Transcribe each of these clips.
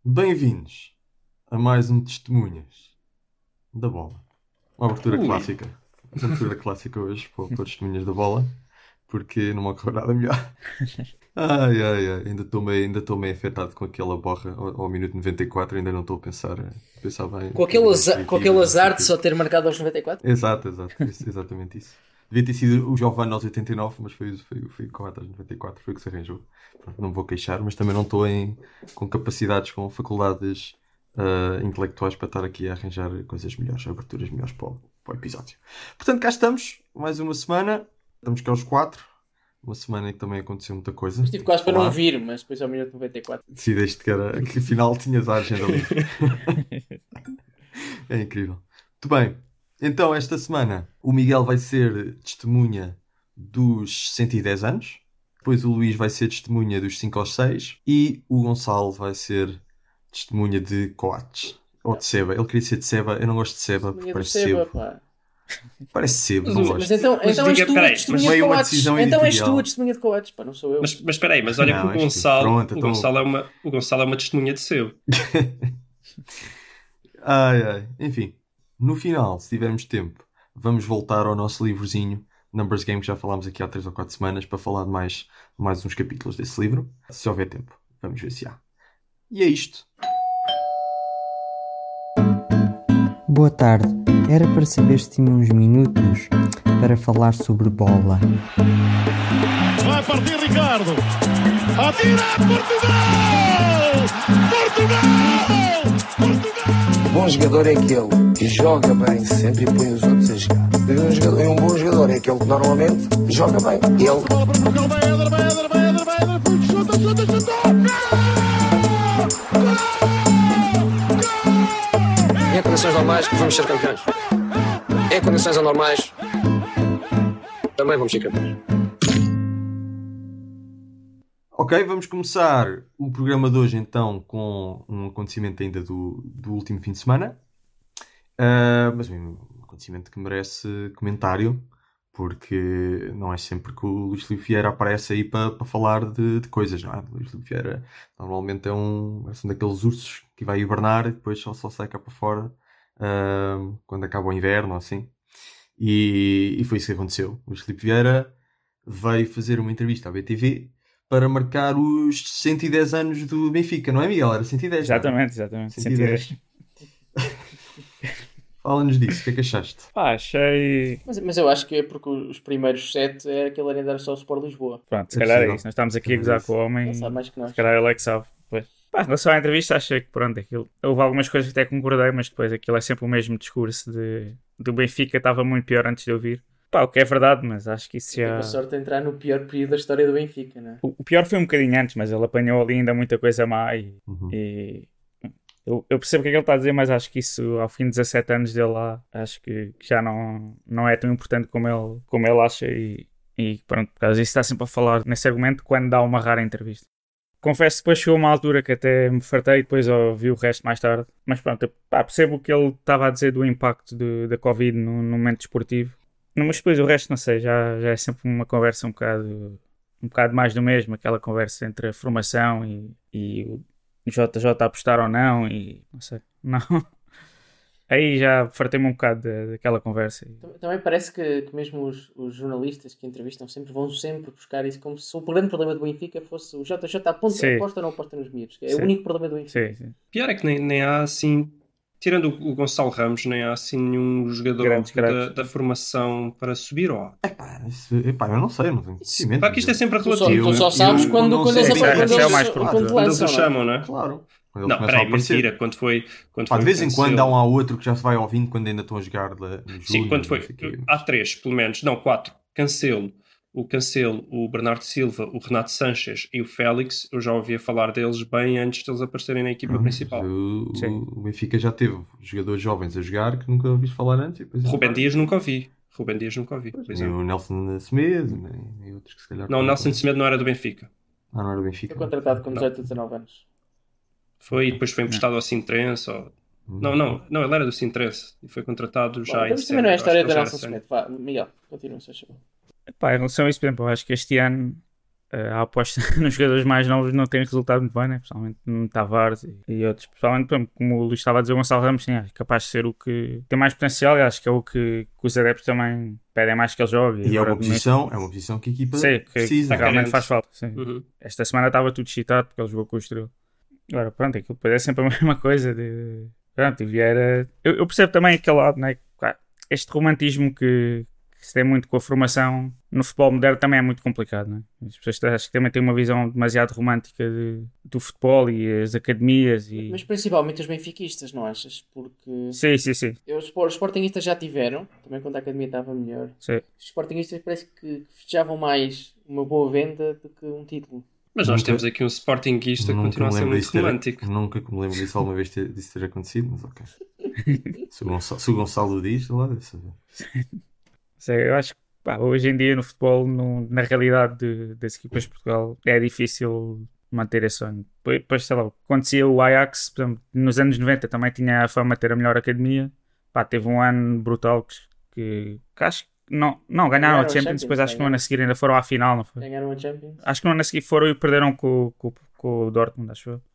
Bem-vindos a mais um Testemunhas da Bola. Uma abertura Ui. clássica. Uma abertura clássica hoje para os Testemunhas da Bola, porque não me ocorreu nada melhor. Ai, ai, ai. Ainda estou meio afetado com aquela borra ao minuto 94. Ainda não estou a pensar bem. Com aquele azar de só ter marcado aos 94? Exato. Exatamente isso. Devia ter sido o Giovanni aos 89, mas foi o Coates aos 94, foi o que se arranjou. Pronto, não me vou queixar, mas também não estou com capacidades, com faculdades intelectuais para estar aqui a arranjar coisas melhores, aberturas melhores para o episódio. Portanto, cá estamos, mais uma semana. Estamos cá aos 4. Uma semana em que também aconteceu muita coisa. Estive quase para não vir, mas depois ao minuto 94. Decidiste que afinal tinhas a agenda livre. É incrível. Muito bem. Então, esta semana, o Miguel vai ser testemunha dos 110 anos. Depois o Luís vai ser testemunha dos 5 aos 6. E o Gonçalo vai ser testemunha de Coates. Ou de Seba. Ele queria ser de Seba. Eu não gosto de Seba, porque parece sebo. Pá. Parece sebo, não gosto. Mas então és tu a testemunha de Coates. Então és tu a testemunha de Coates, pá, não sou eu. Mas espera aí, mas olha Não, que o Gonçalo, pronto, o então- Gonçalo é uma testemunha de seu. Ai. Enfim, no final, se tivermos tempo, vamos voltar ao nosso livrozinho Numbers Game, que já falámos aqui há 3 ou 4 semanas, para falar de mais uns capítulos desse livro. Se houver tempo, vamos ver se há. E é isto. Boa tarde. Era para saber se tinha uns minutos para falar sobre bola. Vai partir Ricardo. Atira Portugal! Portugal! Um bom jogador é aquele que joga bem sempre e põe os outros a jogar. E um bom jogador é aquele que normalmente joga bem. Ele Bola para Portugal, vai Éder, chuta! em condições normais vamos ser campeões. Em condições anormais também vamos ser campeões. Ok, vamos começar o programa de hoje então com um acontecimento ainda do último fim de semana. Mas um acontecimento que merece comentário, porque não é sempre que o Luís Filipe Vieira aparece aí para falar de coisas, não é? O Luís Filipe Vieira normalmente é um daqueles ursos que vai hibernar e depois só sai cá para fora quando acaba o inverno, assim. E foi isso que aconteceu. O Luís Filipe Vieira veio fazer uma entrevista à BTV para marcar os 110 anos do Benfica, não é, Miguel? Era 110, Exatamente. 110. Fala-nos disso, o que é que achaste? Pá, achei... Mas eu acho que é porque os primeiros 7 era aquele ainda era só o Sport Lisboa. Pronto, se É calhar é possível. isso. Nós estamos aqui a gozar com o homem. Ele sabe mais que nós. Se calhar ele é que sabe. Pois. Pá, em relação à entrevista, achei que pronto, aquilo... Houve algumas coisas que até concordei, mas depois aquilo é sempre o mesmo discurso do Benfica, estava muito pior antes de eu vir. Pá, o que é verdade, mas acho que isso Tive já... a sorte de entrar no pior período da história do Benfica, não é? O pior foi um bocadinho antes, mas ele apanhou ali ainda muita coisa má Uhum. e eu percebo o que é que ele está a dizer, mas acho que isso, ao fim de 17 anos dele lá, acho que já não é tão importante como ele acha e pronto, por causa disso está sempre a falar nesse argumento quando dá uma rara entrevista. Confesso que depois chegou uma altura que até me fartei e depois ouvi o resto mais tarde, mas pronto, percebo o que ele estava a dizer do impacto da Covid no momento desportivo. Mas depois o resto, não sei, já é sempre uma conversa um bocado mais do mesmo, aquela conversa entre a formação e o JJ apostar ou não, e não sei, não. Aí já fartei-me um bocado daquela conversa. Também parece que mesmo os jornalistas que entrevistam vão sempre buscar isso como se o grande problema do Benfica fosse o JJ aposta ou não aposta nos miúdos. É Sim. o único problema do Benfica. Sim. Pior é que nem há assim, tirando o Gonçalo Ramos, nem há assim nenhum jogador Grandes craques. da formação para subir ou Eu não sei, não tenho conhecimento. Claro que isto é sempre Tu relativo. só sabes eu quando não eles sei. aparecem. Esse é o mais provável. Quando Quando eles o lançam, não é? chamam, não é? Claro. Quando eles Não, começam a peraí, aparecer. mentira. Quando foi Pá, de vez em Cancelo. quando há um ao outro que já se vai ouvindo quando ainda estão a jogar no Sim, quando foi. Há 3, pelo menos. Não, 4. Cancelo, o Bernardo Silva, o Renato Sanches e o Félix. Eu já ouvia falar deles bem antes de eles aparecerem na equipa principal. O Benfica já teve jogadores jovens a jogar que nunca ouviste falar antes. E depois Rubem Dias nunca ouvi. Por Nem exemplo. o Nelson Semedo, nem outros que se calhar... Não, o Nelson Semedo não era do Benfica. Não era o Benfica. Foi contratado com 18 ou 19 anos. Foi e depois foi emprestado ao Sintrense. Não, ele era do Sintrense e foi contratado já em Mas também não é a setembro. história Acho da que ele Nelson já era Smith. Vá, Miguel, continua, se achou. Pá, em relação a isso, por exemplo, eu acho que este ano a aposta nos jogadores mais novos não tem resultado muito bem, né? Principalmente no Tavares e outros. Principalmente, como o Luís estava a dizer, o Gonçalo Ramos, sim, é capaz de ser o que tem mais potencial e acho que é o que os adeptos também pedem mais que ele jogue. E é uma posição que a equipa precisa. Realmente faz falta. Sim. Uhum. Esta semana estava tudo excitado porque ele jogou com o Estoril. Agora, pronto, aquilo depois é sempre a mesma coisa. Pronto, e Vieira... Eu percebo também aquele lado, né? Este romantismo que se tem muito com a formação no futebol moderno também é muito complicado, né? As pessoas acho que também têm uma visão demasiado romântica do futebol e as academias. Mas principalmente os benfiquistas, não achas? Porque Sim. Os sportinguistas já tiveram, também quando a academia estava melhor. Sim. Os sportinguistas parece que festejavam mais uma boa venda do que um título. Mas nós temos aqui um sportinguista que continua a ser muito romântico. Nunca me lembro disso alguma vez disso ter acontecido, mas ok. Se o Gonçalo diz, lá deve saber. Eu acho que hoje em dia no futebol, na realidade das equipas de Portugal, é difícil manter esse sonho. Depois, sei lá, acontecia o Ajax, por exemplo, nos anos 90 também tinha a fama de ter a melhor academia. Teve um ano brutal que acho que não ganharam a Champions, depois acho que no ano a seguir ainda foram à final, não foi? Ganharam a Champions? Acho que no ano a seguir foram e perderam com o Dortmund, acho eu.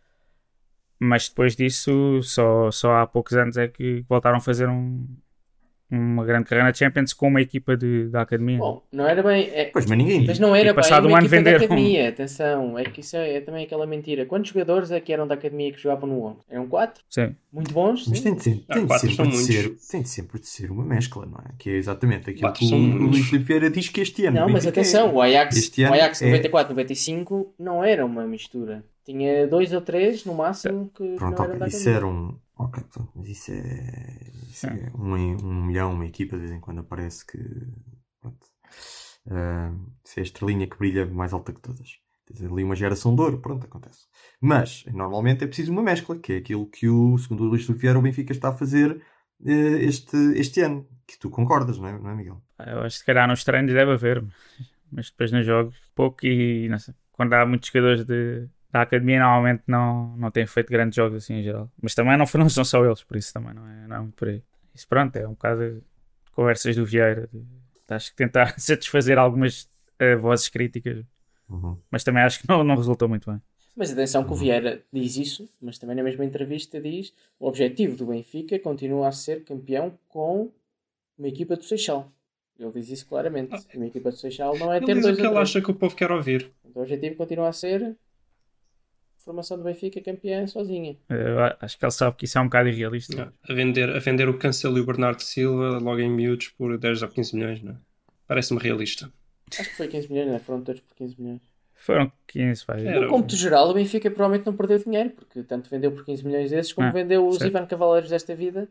Mas depois disso, só há poucos anos é que voltaram a fazer uma grande carreira na Champions com uma equipa da academia. Bom, não era bem... Pois, mas ninguém... Mas não era bem passado uma um ano equipa da venderam. academia, atenção. É que isso é também aquela mentira. Quantos jogadores é que eram da academia que jogavam no 11? Eram 4? Sim. Muito bons? Mas sim. tem de sempre de ser uma mescla, não é? Que é exatamente aquilo que o Luís Filipe Vieira diz que este ano... Não, mas atenção, o Ajax 94-95 é... não era uma mistura. Tinha 2 ou 3 no máximo que não eram da isso academia. era um... Ok, mas isso é um milhão, uma equipa de vez em quando aparece que... Pronto. Isso é a estrelinha que brilha mais alta que todas. Tens ali uma geração de ouro, pronto, acontece. Mas, normalmente é preciso uma mescla, que é aquilo que segundo o Luís Filipe Vieira, o Benfica está a fazer este ano. Que tu concordas, não é Miguel? Eu acho que se calhar nos treinos deve haver, mas depois nos jogos pouco e não sei, quando há muitos jogadores da academia normalmente não têm feito grandes jogos assim em geral. Mas também não são só eles, por isso também não é muito por aí. Isso pronto, é um bocado de conversas do Vieira. Acho que tentar satisfazer algumas vozes críticas. Uhum. Mas também acho que não resultou muito bem. Mas atenção que o Vieira diz isso, mas também na mesma entrevista diz o objetivo do Benfica continua a ser campeão com uma equipa do Seixal. Ele diz isso claramente. Uma equipa do Seixal não é Ele ter diz 2 o que ou ele 3. acha que o povo quer ouvir. O objetivo continua a ser a formação do Benfica campeã sozinha. Eu acho que ele sabe que isso é um bocado irrealista. A vender o Cancelo e o Bernardo Silva logo em miúdos por 10 ou 15 milhões, não é? Parece-me realista. Acho que foi 15 milhões, não é? Foram todos por 15 milhões. Foram 15, vai. No cômputo geral, o Benfica provavelmente não perdeu dinheiro, porque tanto vendeu por 15 milhões desses, como vendeu os Ivan Cavaleiros desta vida.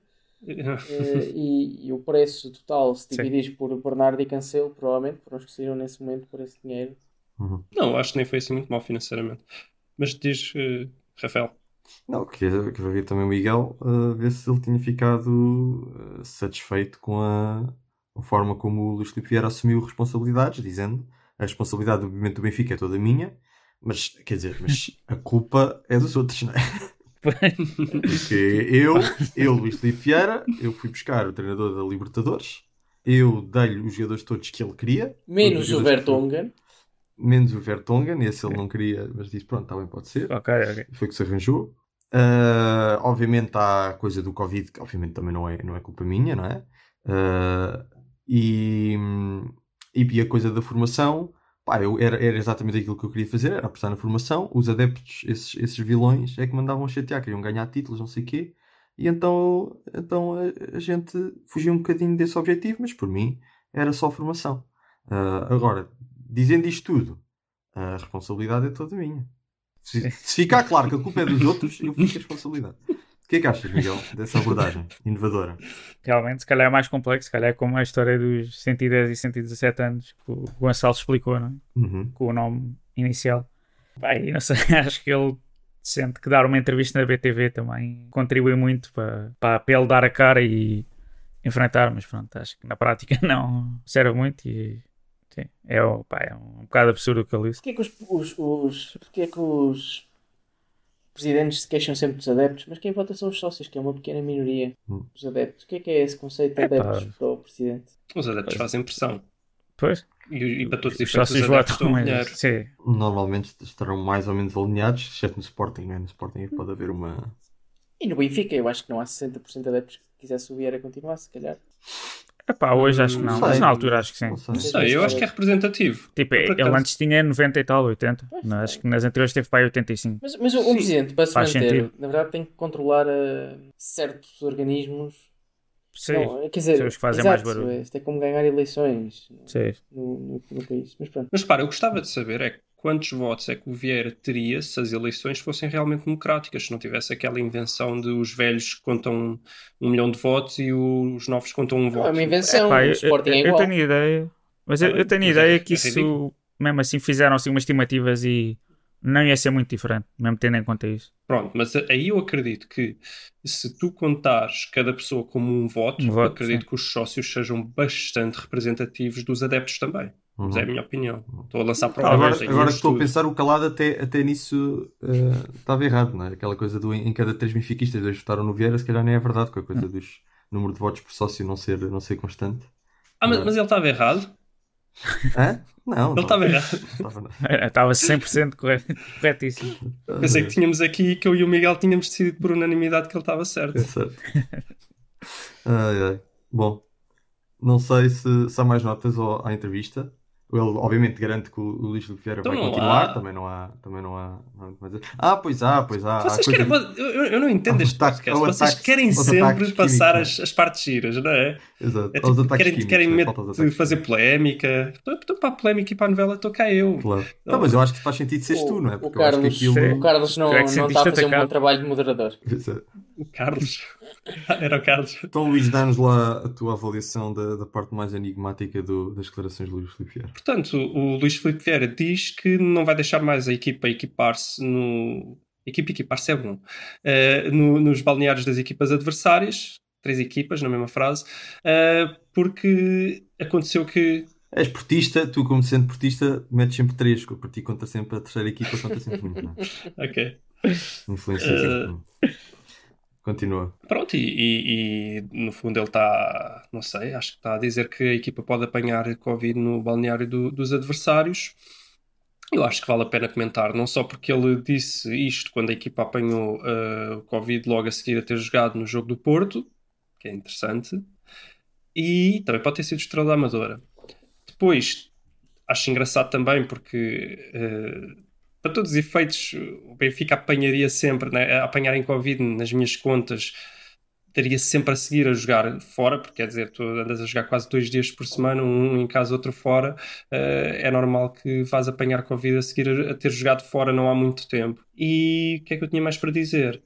E o preço total, se dividires por Bernardo e Cancelo, provavelmente foram os que saíram nesse momento por esse dinheiro. Uhum. Não, acho que nem foi assim muito mal financeiramente. Mas diz, Rafael. Não, queria ver também o Miguel, ver se ele tinha ficado satisfeito com a forma como o Luís Filipe Vieira assumiu responsabilidades, dizendo a responsabilidade do movimento do Benfica é toda minha, mas a culpa é dos outros, não é? Porque eu, Luís Filipe Vieira, eu fui buscar o treinador da Libertadores, eu dei-lhe os jogadores todos que ele queria. Menos o Vertonghen. Menos o Vertonghen, esse ele não queria, mas disse, pronto, está bem, pode ser. Ok. Foi que se arranjou. Obviamente há a coisa do Covid, que obviamente também não é culpa minha, não é? E a coisa da formação, era exatamente aquilo que eu queria fazer, era apostar na formação. Os adeptos, esses vilões, é que mandavam chatear, queriam ganhar títulos, não sei o quê. E então a gente fugiu um bocadinho desse objetivo, mas por mim era só formação. Agora, dizendo isto tudo, a responsabilidade é toda minha. Se ficar claro que a culpa é dos outros, eu fico a responsabilidade. O que é que achas, Miguel, dessa abordagem inovadora? Realmente, se calhar é mais complexo, se calhar é como a história dos 110 e 117 anos que o Gonçalo explicou, não é? Uhum. Com o nome inicial. E não sei, acho que ele sente que dar uma entrevista na BTV também contribui muito para ele dar a cara e enfrentar, mas pronto, acho que na prática não serve muito e sim, é um bocado absurdo o que ele disse. Porquê é que os presidentes se queixam sempre dos adeptos? Mas quem vota são os sócios, que é uma pequena minoria dos adeptos. O que é esse conceito de adeptos para o presidente? Os adeptos fazem pressão. Pois. E para todos os Os efeitos, sócios os adeptos votam, dão dinheiro. sim. Normalmente estarão mais ou menos alinhados, exceto no Sporting, né? No Sporting pode haver uma... E no Benfica, eu acho que não há 60% de adeptos que quisesse o Vieira continuar, se calhar. Epá, hoje acho que não, mas na altura acho que sim. Não Não sei, eu acho que é representativo. Tipo, Por ele acaso. antes tinha 90 e tal, 80. Mas acho que nas anteriores teve para aí 85. Mas o presidente, para se Faz manter, sentido. na verdade tem que controlar certos organismos. Sim, Não, quer dizer, são os que fazem exato, mais barulho. isto é como ganhar eleições Sim. no país. Mas pronto. Mas repara, eu gostava de saber é quantos votos é que o Vieira teria se as eleições fossem realmente democráticas, se não tivesse aquela invenção de os velhos contam 1 milhão de votos e os novos contam um Não, é voto. uma invenção, Epá, o Sporting é eu igual. tenho ideia. Mas eu tenho Mas ideia é que isso, ridículo. mesmo assim, fizeram assim umas estimativas e não ia ser muito diferente, mesmo tendo em conta isso. Pronto, mas aí eu acredito que se tu contares cada pessoa como um voto, acredito sim. que os sócios sejam bastante representativos dos adeptos também. Mas é a minha opinião. Estou a lançar para o Agora ar, que estou a pensar, o Calado até nisso estava errado, não é? Aquela coisa do em cada 3 benfiquistas 2 votaram no Vieira, se calhar nem é verdade, com a coisa dos número de votos por sócio não ser constante. mas ele estava errado? Hã? Não. Ele estava errado. Estava 100% corretíssimo. Pensei que tínhamos aqui, que eu e o Miguel tínhamos decidido por unanimidade que ele estava certo. É certo. Bom, não sei se há mais notas à entrevista. Ele, obviamente, garante que o Luís Filipe Vieira Então vai não continuar. há. Também não há muito mais a dizer. Pois há. Vocês Há querem, coisa- eu não entendo este ataque- podcast. ao Vocês ataque- querem aos sempre ataques passar químicos, as partes giras, não é? Exato. É Aos tipo, ataques querem químicos, medo falta aos de ataques fazer químicos. polémica. Estou para a polémica e para a novela estou cá eu. Claro. Não, mas eu acho que faz sentido seres tu, não é? O Porque eu acho que Carlos, aquilo... o Carlos não Tu é que está a sentiste fazer um bom atacado. trabalho de moderador. Exato. O Carlos. Era o Carlos. Então, Luís, dá-nos lá a tua avaliação da parte mais enigmática das declarações de Luís Filipe Vieira. Portanto, o Luís Filipe Vieira diz que não vai deixar mais a equipa equipar-se no... Equipar-se é bom. Nos balneários das equipas adversárias. 3 equipas, na mesma frase. Porque aconteceu que... És portista, tu como sendo portista metes sempre 3, que para ti conta sempre a terceira equipa, conta sempre muito, não é? Ok. Influencia sempre. Continua. Pronto, e no fundo ele está, não sei, acho que está a dizer que a equipa pode apanhar Covid no balneário dos adversários. Eu acho que vale a pena comentar, não só porque ele disse isto quando a equipa apanhou o Covid logo a seguir a ter jogado no jogo do Porto, que é interessante, e também pode ter sido Estrela da Amadora. Depois, acho engraçado também porque... para todos os efeitos, o Benfica apanharia sempre, né? A apanhar em Covid nas minhas contas, daria sempre a seguir a jogar fora, porque quer dizer, tu andas a jogar quase 2 dias por semana, um em casa, outro fora, é normal que vás apanhar Covid a seguir a ter jogado fora não há muito tempo. E o que é que eu tinha mais para dizer?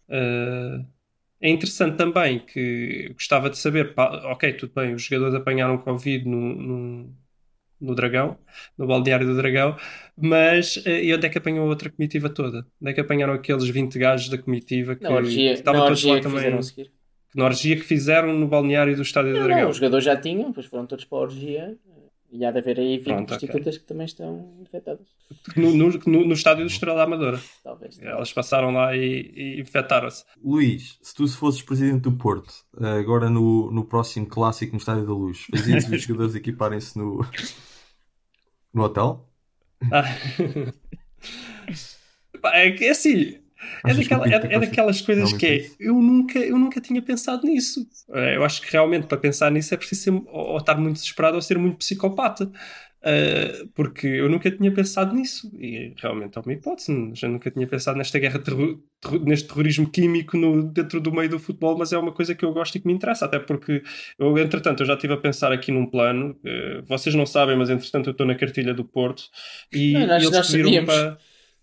É interessante também que gostava de saber, ok, tudo bem, os jogadores apanharam Covid no Dragão, no balneário do Dragão, mas e onde é que apanhou a outra comitiva toda? Onde é que apanharam aqueles 20 gajos da comitiva que Na orgia estavam todos lá que também? fizeram a seguir. Na orgia que fizeram no balneário do Estádio do Não, Dragão. os jogadores já tinham, depois foram todos para a orgia. E há de haver aí 20 Pronto, prostitutas que também estão infectadas. No estádio do Estrela da Amadora. Talvez. Elas passaram lá e infectaram-se. Luís, se tu fosses presidente do Porto, agora no próximo clássico no Estádio da Luz, fazias os jogadores equiparem-se no hotel? É que assim, é daquelas coisas realmente que é, isso? eu nunca tinha pensado nisso. Eu acho que realmente para pensar nisso é preciso ser, ou estar muito desesperado ou ser muito psicopata. Porque eu nunca tinha pensado nisso e realmente é uma hipótese. Já nunca tinha pensado nesta guerra, neste terrorismo químico dentro do meio do futebol, mas é uma coisa que eu gosto e que me interessa, até porque entretanto eu já estive a pensar aqui num plano, vocês não sabem, mas entretanto eu estou na cartilha do Porto e Nós eles pediram-me sabíamos.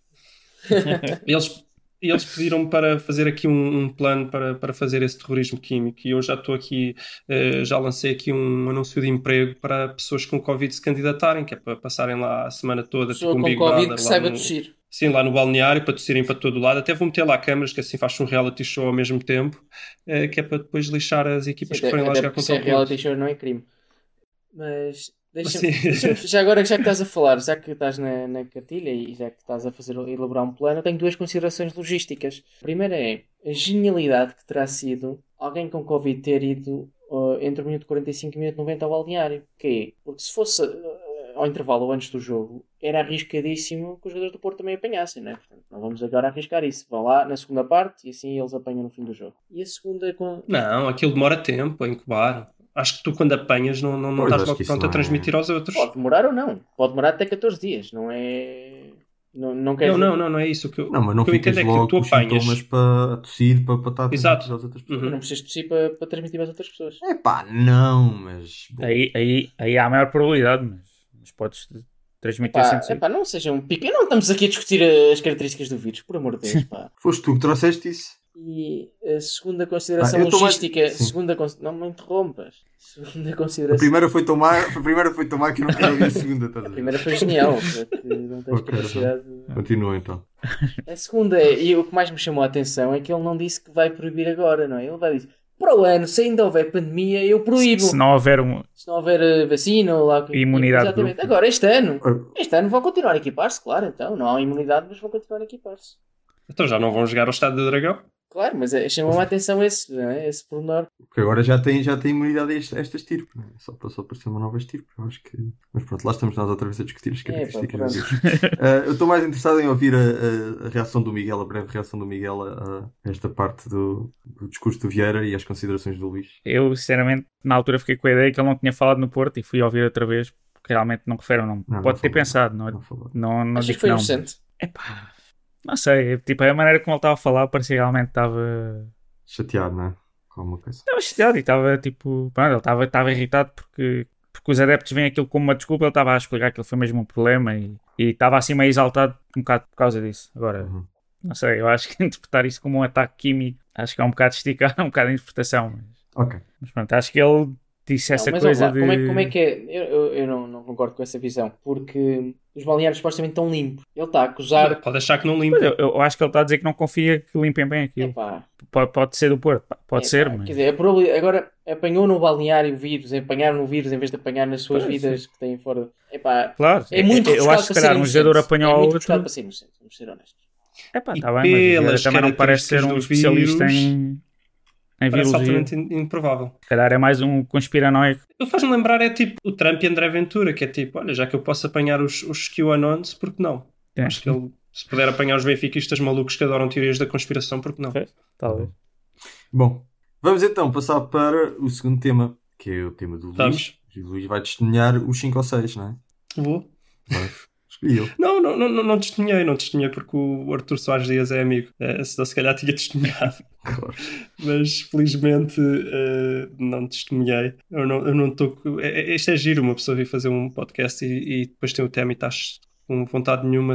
eles pediram-me para fazer aqui um plano para fazer esse terrorismo químico e eu já estou aqui, já lancei aqui um anúncio de emprego para pessoas com Covid se candidatarem, que é para passarem lá a semana toda, Pessoa tipo um com Big Covid Brother que lá saiba tossir. sim, lá no balneário, para tossirem para todo lado. Até vou meter lá câmaras, que assim faz um reality show ao mesmo tempo, que é para depois lixar as equipas Sim, que forem lá até jogar porque contra se é o reality Porto. show não é crime. Mas Sim. deixa-me, já agora já que estás a falar, já que estás na cartilha e já que estás a elaborar um plano, eu tenho 2 considerações logísticas. A primeira é a genialidade que terá sido alguém com Covid ter ido entre o minuto 45 e o minuto 90 ao balneário. Porque se fosse ao intervalo ou antes do jogo, era arriscadíssimo que os jogadores do Porto também apanhassem, né? Portanto, não vamos agora arriscar isso. Vão lá na segunda parte e assim eles apanham no fim do jogo. E a segunda... Não, aquilo demora tempo a incubar. Acho que tu, quando apanhas, não estás logo pronto a transmitir aos outros. Pode demorar ou não. Pode demorar até 14 dias. Não é... Não quer dizer... Não é isso que eu... Não, mas não ficas logo com os sintomas para tossir, para estar a transmitir às outras pessoas. Não precisas tossir para transmitir às outras pessoas. Não, mas... Aí há a maior probabilidade, mas podes transmitir sem tossir. Não seja um pico. Não estamos aqui a discutir as características do vírus, por amor de Deus, pá. Foste tu que trouxeste isso. E a segunda consideração logística... Não me interrompas. Segunda consideração... A primeira foi tomar que eu não quero ouvir a segunda. A primeira foi genial, porque não tens capacidade... Continua então. A segunda, e o que mais me chamou a atenção, é que ele não disse que vai proibir agora, não é? Ele vai dizer, para o ano, se ainda houver pandemia, eu proíbo. Se não houver vacina ou lá... Imunidade. Exatamente. Agora, este ano vão continuar a equipar-se, claro, então. Não há imunidade, mas vão continuar a equipar-se. Então já não vão jogar ao Estádio do Dragão? Claro, mas chamou-me a atenção esse pormenor. Porque agora já tem imunidade a esta estirpe. Só para ser uma nova estirpe, eu acho que... Mas pronto, lá estamos nós outra vez a discutir as características. Eu estou mais interessado em ouvir a reação do Miguel, a breve reação do Miguel a esta parte do discurso do Vieira e as considerações do Luís. Eu, sinceramente, na altura fiquei com a ideia que ele não tinha falado no Porto e fui ouvir outra vez, porque realmente não refere o nome. Pode ter pensado, não acho que foi inocente. Não sei, tipo, a maneira como ele estava a falar parecia que realmente estava... chateado, não é? Com alguma coisa. Estava chateado e estava, tipo... Pronto, ele estava irritado porque os adeptos veem aquilo como uma desculpa. Ele estava a explicar que ele foi mesmo um problema e estava assim meio exaltado um bocado por causa disso. Agora, não sei, eu acho que interpretar isso como um ataque químico, acho que é um bocado esticar, um bocado de interpretação. Mas pronto, acho que ele disse essa coisa de... Como é que é? Eu não concordo com essa visão, porque os balneários supostamente estão limpos. Ele está a acusar... Pode achar que não limpa. Eu acho que ele está a dizer que não confia que limpem bem aquilo. Pode ser do Porto, pode ser, mas... Quer dizer, agora apanhou no balneário o vírus, apanharam no vírus em vez de apanhar nas suas vidas que têm fora. Claro, é muito eu acho que se calhar um jogador apanhou ao outro... para ser inocente, vamos ser honestos. Está bem, mas também não parece ser um especialista em parece virologia. altamente improvável. Se calhar é mais um conspiranoico. Ele faz-me lembrar, é tipo o Trump e André Ventura, que é tipo, olha, já que eu posso apanhar os QAnons, por que não? Acho que ele, se puder apanhar os benfiquistas malucos que adoram teorias da conspiração, por que não? Talvez. Bom, vamos então passar para o segundo tema, que é o tema do Luís. O Luís vai testemunhar os 5 ou 6, não é? Vou. Escolhi eu. Não testemunhei porque o Artur Soares Dias é amigo. Senão se calhar tinha testemunhado. Claro. Mas felizmente não testemunhei. Eu não estou. Isto é giro, uma pessoa vir fazer um podcast e depois tem o tema e estás com vontade nenhuma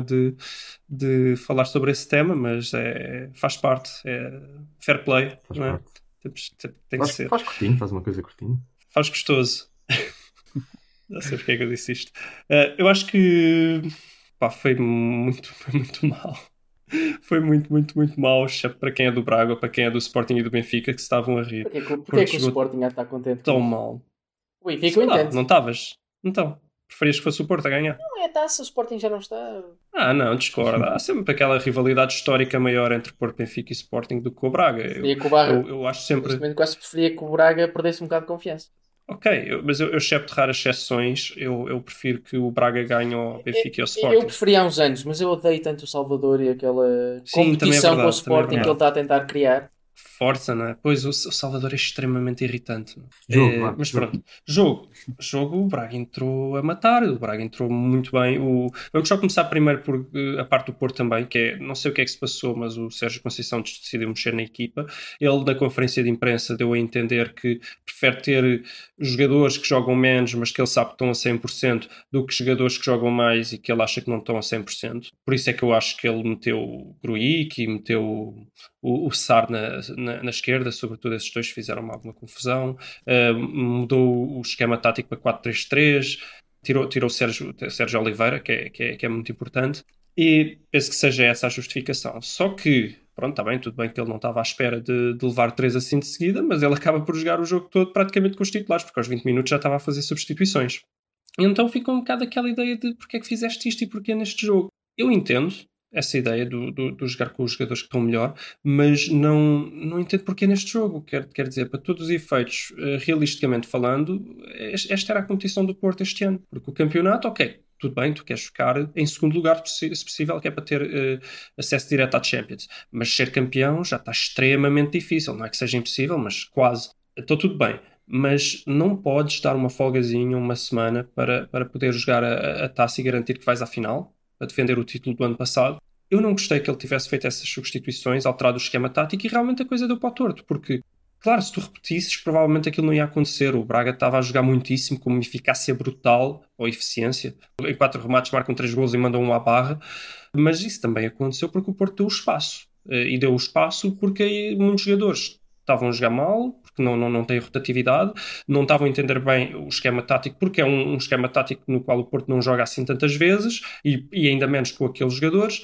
de falar sobre esse tema, mas faz parte, é fair play. Faz não é? parte. Tem que ser. Faz curtinho, faz uma coisa curtinho. Faz gostoso. Não sei porque é que eu disse isto. Eu acho que foi muito mal. Foi muito mal, exceto para quem é do Braga, para quem é do Sporting e do Benfica, que se estavam a rir. Porquê é que o Sporting já está contente? Tão mal. O Benfica eu entendo. Não estavas? Então, preferias que fosse o Porto a ganhar? Não é taça, o Sporting já não está... Não, discorda. Há sempre aquela rivalidade histórica maior entre Porto, Benfica e Sporting do que o Braga. Eu acho sempre... Eu quase preferia que o Braga perdesse um bocado de confiança. Ok, mas eu excepto raras exceções, eu prefiro que o Braga ganhe ao Benfica e ao Sporting. Eu preferia há uns anos, mas eu odeio tanto o Salvador e aquela competição com o Sporting que ele está a tentar criar. Força, não é? Pois o Salvador é extremamente irritante. Mas pronto, jogo, o Braga entrou a matar, o Braga entrou muito bem. Vamos só começar primeiro por a parte do Porto também, que é, não sei o que é que se passou, mas o Sérgio Conceição decidiu mexer na equipa. Ele, na conferência de imprensa, deu a entender que prefere ter jogadores que jogam menos, mas que ele sabe que estão a 100%, do que jogadores que jogam mais e que ele acha que não estão a 100%. Por isso é que eu acho que ele meteu o Grujic e meteu o Sar na esquerda, sobretudo esses dois fizeram alguma confusão. Mudou o esquema tático para 4-3-3, tirou o Sérgio Oliveira, que é muito importante, e penso que seja essa a justificação. Só que, pronto, está bem, tudo bem que ele não estava à espera de levar 3 assim de seguida, mas ele acaba por jogar o jogo todo praticamente com os titulares, porque aos 20 minutos já estava a fazer substituições. E então fica um bocado aquela ideia de porque é que fizeste isto e porquê neste jogo. Eu entendo, essa ideia do jogar com os jogadores que estão melhor, mas não entendo porque neste jogo. Quer dizer, para todos os efeitos, realisticamente falando, esta era a competição do Porto este ano. Porque o campeonato, ok, tudo bem, tu queres ficar em segundo lugar, se possível, que é para ter acesso direto à Champions. Mas ser campeão já está extremamente difícil. Não é que seja impossível, mas quase. Então tudo bem. Mas não podes dar uma folgazinha uma semana para poder jogar a taça e garantir que vais à final, para defender o título do ano passado. Eu não gostei que ele tivesse feito essas substituições, alterado o esquema tático, e realmente a coisa deu para o torto, porque, claro, se tu repetisses, provavelmente aquilo não ia acontecer. O Braga estava a jogar muitíssimo, com uma eficácia brutal, ou eficiência. Em 4 remates marcam 3 golos e mandam 1 à barra, mas isso também aconteceu porque o Porto deu o espaço. E deu o espaço porque muitos jogadores estavam a jogar mal, porque não têm rotatividade, não estavam a entender bem o esquema tático, porque é um esquema tático no qual o Porto não joga assim tantas vezes, e ainda menos com aqueles jogadores,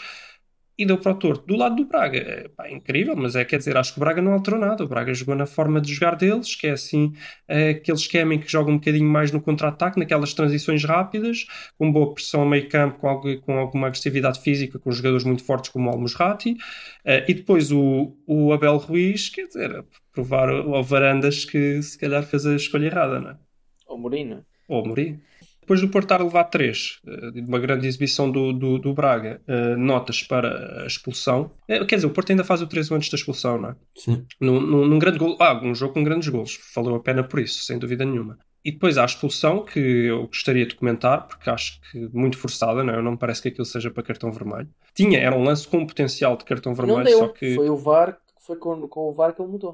e deu para o torto. Do lado do Braga, é incrível, mas quer dizer, acho que o Braga não alterou nada. O Braga jogou na forma de jogar deles, que é assim, aquele esquema em que joga um bocadinho mais no contra-ataque, naquelas transições rápidas, com boa pressão a meio campo, com alguma agressividade física, com jogadores muito fortes como o Al-Musrati, e depois o Abel Ruiz, quer dizer, provar ao Varandas que se calhar fez a escolha errada, não é? Ou Mourinho. Ou Mourinho. Depois do Porto estar a levar 3, de uma grande exibição do Braga, notas para a expulsão. Quer dizer, o Porto ainda faz o 3 antes da expulsão, não é? Sim. Num grande gol, um jogo com grandes golos. Valeu a pena por isso, sem dúvida nenhuma. E depois há a expulsão, que eu gostaria de comentar, porque acho que muito forçada, não é? Não me parece que aquilo seja para cartão vermelho. Era um lance com potencial de cartão vermelho, não deu. Só que... Foi o VAR, foi com o VAR que ele mudou.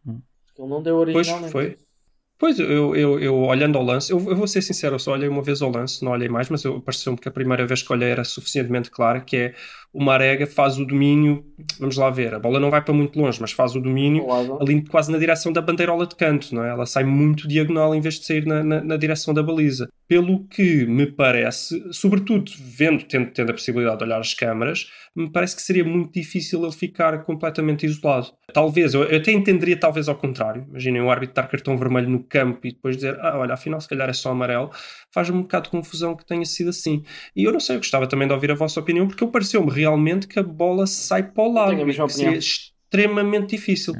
Ele não deu originalmente. Pois foi. Pois, eu olhando ao lance, eu vou ser sincero, eu só olhei uma vez ao lance, não olhei mais, mas pareceu-me que a primeira vez que olhei era suficientemente clara, que é o Marega faz o domínio, vamos lá ver, a bola não vai para muito longe, mas faz o domínio ali quase na direção da bandeirola de canto, não é? Ela sai muito diagonal em vez de sair na direção da baliza. Pelo que me parece, sobretudo tendo a possibilidade de olhar as câmaras, me parece que seria muito difícil ele ficar completamente isolado. Talvez, eu até entenderia talvez ao contrário. Imaginem o árbitro dar cartão vermelho no campo e depois dizer, olha, afinal se calhar é só amarelo. Faz-me um bocado de confusão que tenha sido assim. E eu não sei, eu gostava também de ouvir a vossa opinião, porque pareceu-me realmente que a bola sai para o lado. Tenho a mesma opinião. Seria extremamente difícil.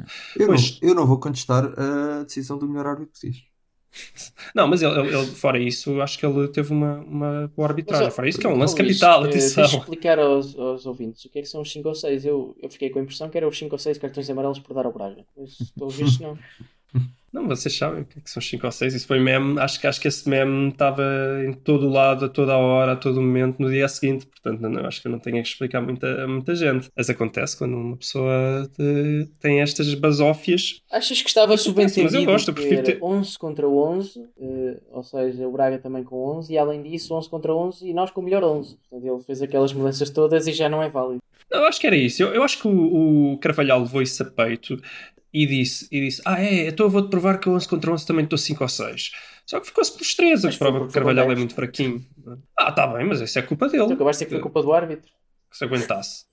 Eu não vou contestar a decisão do melhor árbitro que existe. Não, mas ele, fora isso, acho que ele teve uma boa arbitragem. Fora isso, que é um lance Luís, capital, atenção. Deixa explicar aos ouvintes o que é que são os 5 ou 6. Eu fiquei com a impressão que eram os 5 ou 6 cartões amarelos por dar ao Braga. Mas pelos vistos não. Não, vocês sabem o que são 5 ou 6. Isso foi meme. Acho que esse meme estava em todo o lado, a toda a hora, a todo momento, no dia seguinte. Portanto, acho que eu não tenho que explicar a muita gente. Mas acontece quando uma pessoa tem estas basófias. Achas que estava subentendido? Mas eu gosto, eu prefiro ter 11 contra 11, ou seja, o Braga também com 11, e além disso 11 contra 11 e nós com o melhor 11. Portanto, ele fez aquelas mudanças todas e já não é válido. Não, acho que era isso. Eu acho que o Carvalhal levou isso a peito e disse, então eu vou-te provar que eu 11 contra 11 também estou 5 ou 6. Só que ficou-se pelos 3, a que prova que o Carvalhal é muito fraquinho. Tá bem, mas isso é culpa dele. Tu acabaste de dizer que foi culpa do árbitro. Que se aguentasse.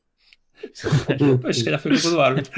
Pois, se calhar foi culpa do árbitro.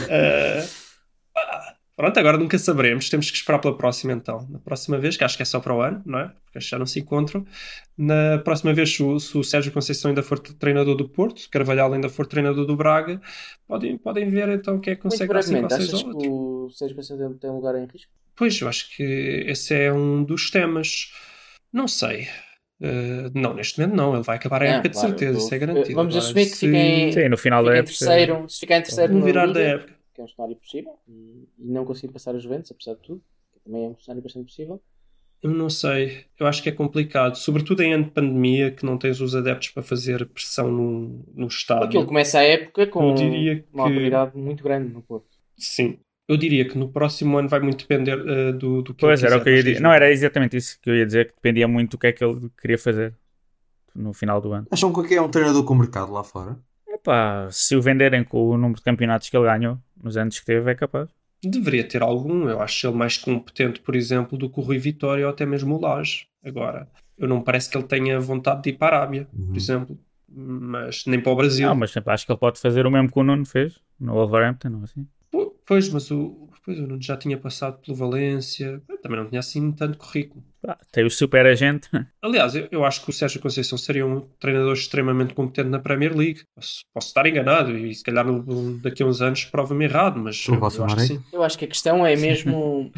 Pronto, agora nunca saberemos. Temos que esperar pela próxima então. Na próxima vez, que acho que é só para o ano, não é? Porque já não se encontram. Na próxima vez, se o Sérgio Conceição ainda for treinador do Porto, se o Carvalhal ainda for treinador do Braga, podem ver então o que é que consegue dar 5 ou 6 achas que o Sérgio Conceição tem lugar em risco? Pois, eu acho que esse é um dos temas. Não sei. Não, neste momento não. Ele vai acabar a época de certeza, isso é garantido. Vamos assumir que fica no final da época. Se ficar em terceiro no virar da época. Que é um cenário possível, e não conseguir passar os Juventus, apesar de tudo, que também é um cenário bastante possível. Eu não sei, eu acho que é complicado, sobretudo em ano de pandemia, que não tens os adeptos para fazer pressão no estádio. Aquilo começa a época com uma autoridade muito grande no Porto. Sim, eu diria que no próximo ano vai muito depender do que pois era o que eu ia dizer. Não, era exatamente isso que eu ia dizer, que dependia muito do que é que ele queria fazer no final do ano. Acham que é um treinador com mercado lá fora? Se o venderem com o número de campeonatos que ele ganhou nos anos que teve, é capaz. Deveria ter algum. Eu acho ele mais competente, por exemplo, do que o Rui Vitória ou até mesmo o Lage. Agora, eu não parece que ele tenha vontade de ir para a Arábia, por exemplo. Mas nem para o Brasil. Não, mas acho que ele pode fazer o mesmo que o Nuno fez no Wolverhampton, não assim? Pois, mas o Nuno já tinha passado pelo Valência. Também não tinha assim tanto currículo. Tem o super agente. Aliás, eu acho que o Sérgio Conceição seria um treinador extremamente competente na Premier League. Posso estar enganado e se calhar daqui a uns anos prova-me errado, mas eu acho que sim. Eu acho que a questão é mesmo...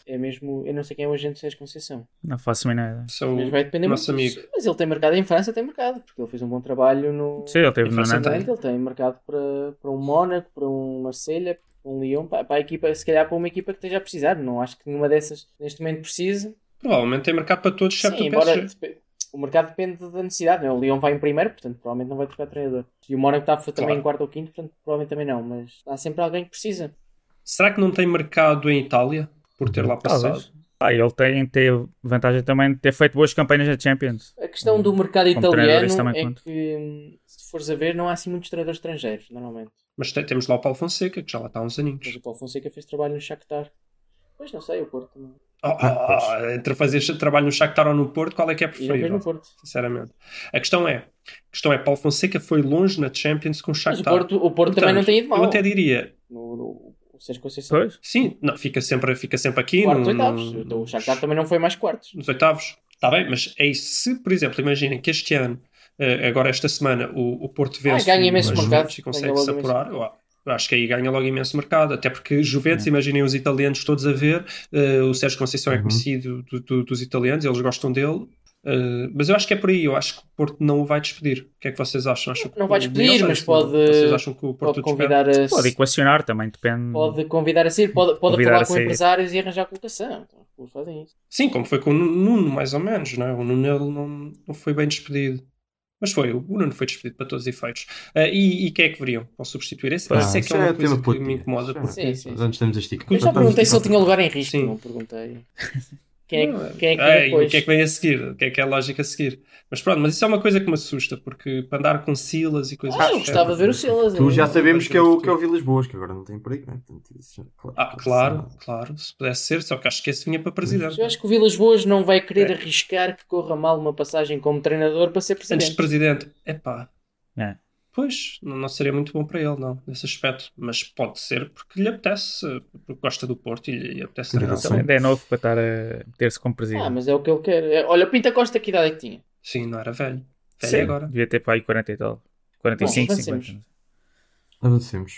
eu não sei quem é o agente de Sérgio Conceição. Não faço a mínima ideia. Mas vai depender nosso muito. Amigo. Mas ele tem mercado em França, tem mercado, porque ele fez um bom trabalho no... Sim, ele teve no Nantes. Ele tem mercado para um Mónaco, para um Marselha, para um Lyon, para a equipa, se calhar para uma equipa que esteja a precisar. Não acho que nenhuma dessas neste momento precise. Provavelmente tem mercado para todos, exceto sim, o PSG. O mercado depende da necessidade, não é? O Lyon vai em primeiro, portanto provavelmente não vai trocar treinador. E o Mónaco está também em quarto ou quinto, portanto provavelmente também não, mas há sempre alguém que precisa. Será que não tem mercado em Itália, por ter lá passado? Ele tem vantagem também de ter feito boas campanhas na Champions. A questão do mercado italiano é que, se fores a ver, não há assim muitos treinadores estrangeiros, normalmente. Mas temos lá o Paulo Fonseca, que já lá está há uns aninhos. Mas o Paulo Fonseca fez trabalho no Shakhtar. Pois não sei, o Porto não. Entre fazer trabalho no Shakhtar ou no Porto, qual é que é preferível? No Porto. Sinceramente. A questão é, Paulo Fonseca foi longe na Champions com o Shakhtar. Mas o Porto também não tem ido mal. Eu até diria... O Sérgio Conceição. Pois? Sim, não, fica sempre aqui. Quartos, oitavos. O Shakhtar também não foi mais quartos. Nos oitavos. Está bem, mas é isso. Se, por exemplo, imaginem que este ano, agora esta semana, o Porto vence ganha imenso mercado e consegue se apurar, eu acho que aí ganha logo imenso mercado, até porque Juventus, imaginem os italianos todos a ver, o Sérgio Conceição é conhecido dos italianos, eles gostam dele, mas eu acho que é por aí, eu acho que o Porto não o vai despedir. O que é que vocês acham? Não vai despedir, mas pode, vocês acham que o Porto pode convidar a... Pode equacionar também, depende. Pode convidar a sair, pode falar com empresários e arranjar colocação. Então, eles fazem isso. Sim, como foi com o Nuno, mais ou menos, não é? O Nuno ele não foi bem despedido. Mas o Nuno foi despedido para todos os efeitos. E quem é que veriam? Posso substituir? Isso é que é uma coisa que me incomoda. Sim. Antes temos este Eu já perguntei se ele tinha lugar em risco. Não perguntei. Quem é que depois? O que é que vem a seguir? O que é a lógica a seguir? Mas pronto, mas isso é uma coisa que me assusta, porque para andar com Silas e coisas eu gostava de ver o Silas. Tu já sabemos que é o Vilas Boas, que agora não tem perigo, não é? Claro, se pudesse ser, só que acho que esse vinha para presidente. Eu acho que o Vilas Boas não vai querer arriscar que corra mal uma passagem como treinador para ser presidente. Antes de presidente, pois, não seria muito bom para ele, não, nesse aspecto. Mas pode ser porque lhe apetece, porque gosta do Porto e lhe apetece treinar. Ainda é novo para estar a meter-se como presidente. Mas é o que ele quer. Olha, o Pinta Costa, que idade é que tinha? Sim, não era velho. Sim, agora. Devia ter para aí 40 e tal. 45, 50. Avancemos.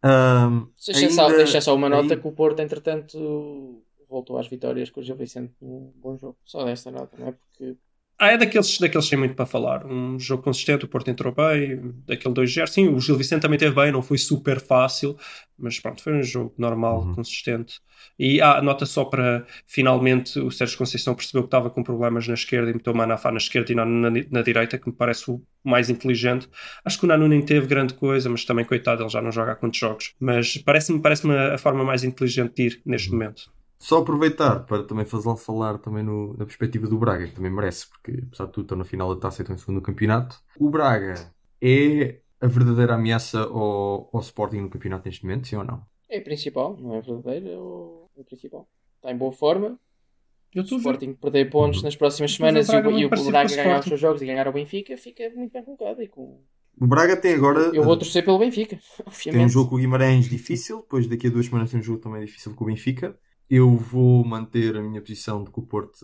Deixa só uma nota que o Porto, entretanto, voltou às vitórias com o Gil Vicente num bom jogo. Só desta nota, não é? Porque... é daqueles sem muito para falar. Um jogo consistente, o Porto entrou bem, daquele 2-0. Sim, o Gil Vicente também teve bem, não foi super fácil, mas pronto, foi um jogo normal, consistente. E nota só para, finalmente, o Sérgio Conceição percebeu que estava com problemas na esquerda e meteu o Manafá na esquerda e na direita, que me parece o mais inteligente. Acho que o Nanu nem teve grande coisa, mas também, coitado, ele já não joga há quantos jogos. Mas parece-me a forma mais inteligente de ir neste momento. Só aproveitar para também falar também na perspectiva do Braga, que também merece, porque apesar de tudo estão na final da taça e estão em segundo campeonato. O Braga é a verdadeira ameaça ao Sporting no campeonato neste momento, sim ou não? É o principal, não é verdadeiro, é o principal. Está em boa forma. O Sporting perder pontos nas próximas semanas e o Braga ganhar os seus jogos e ganhar o Benfica, fica muito bem colocado. O Braga tem agora... Eu vou torcer pelo Benfica, obviamente. Tem um jogo com o Guimarães difícil, depois daqui a 2 semanas tem um jogo também difícil com o Benfica. Eu vou manter a minha posição de que o Porto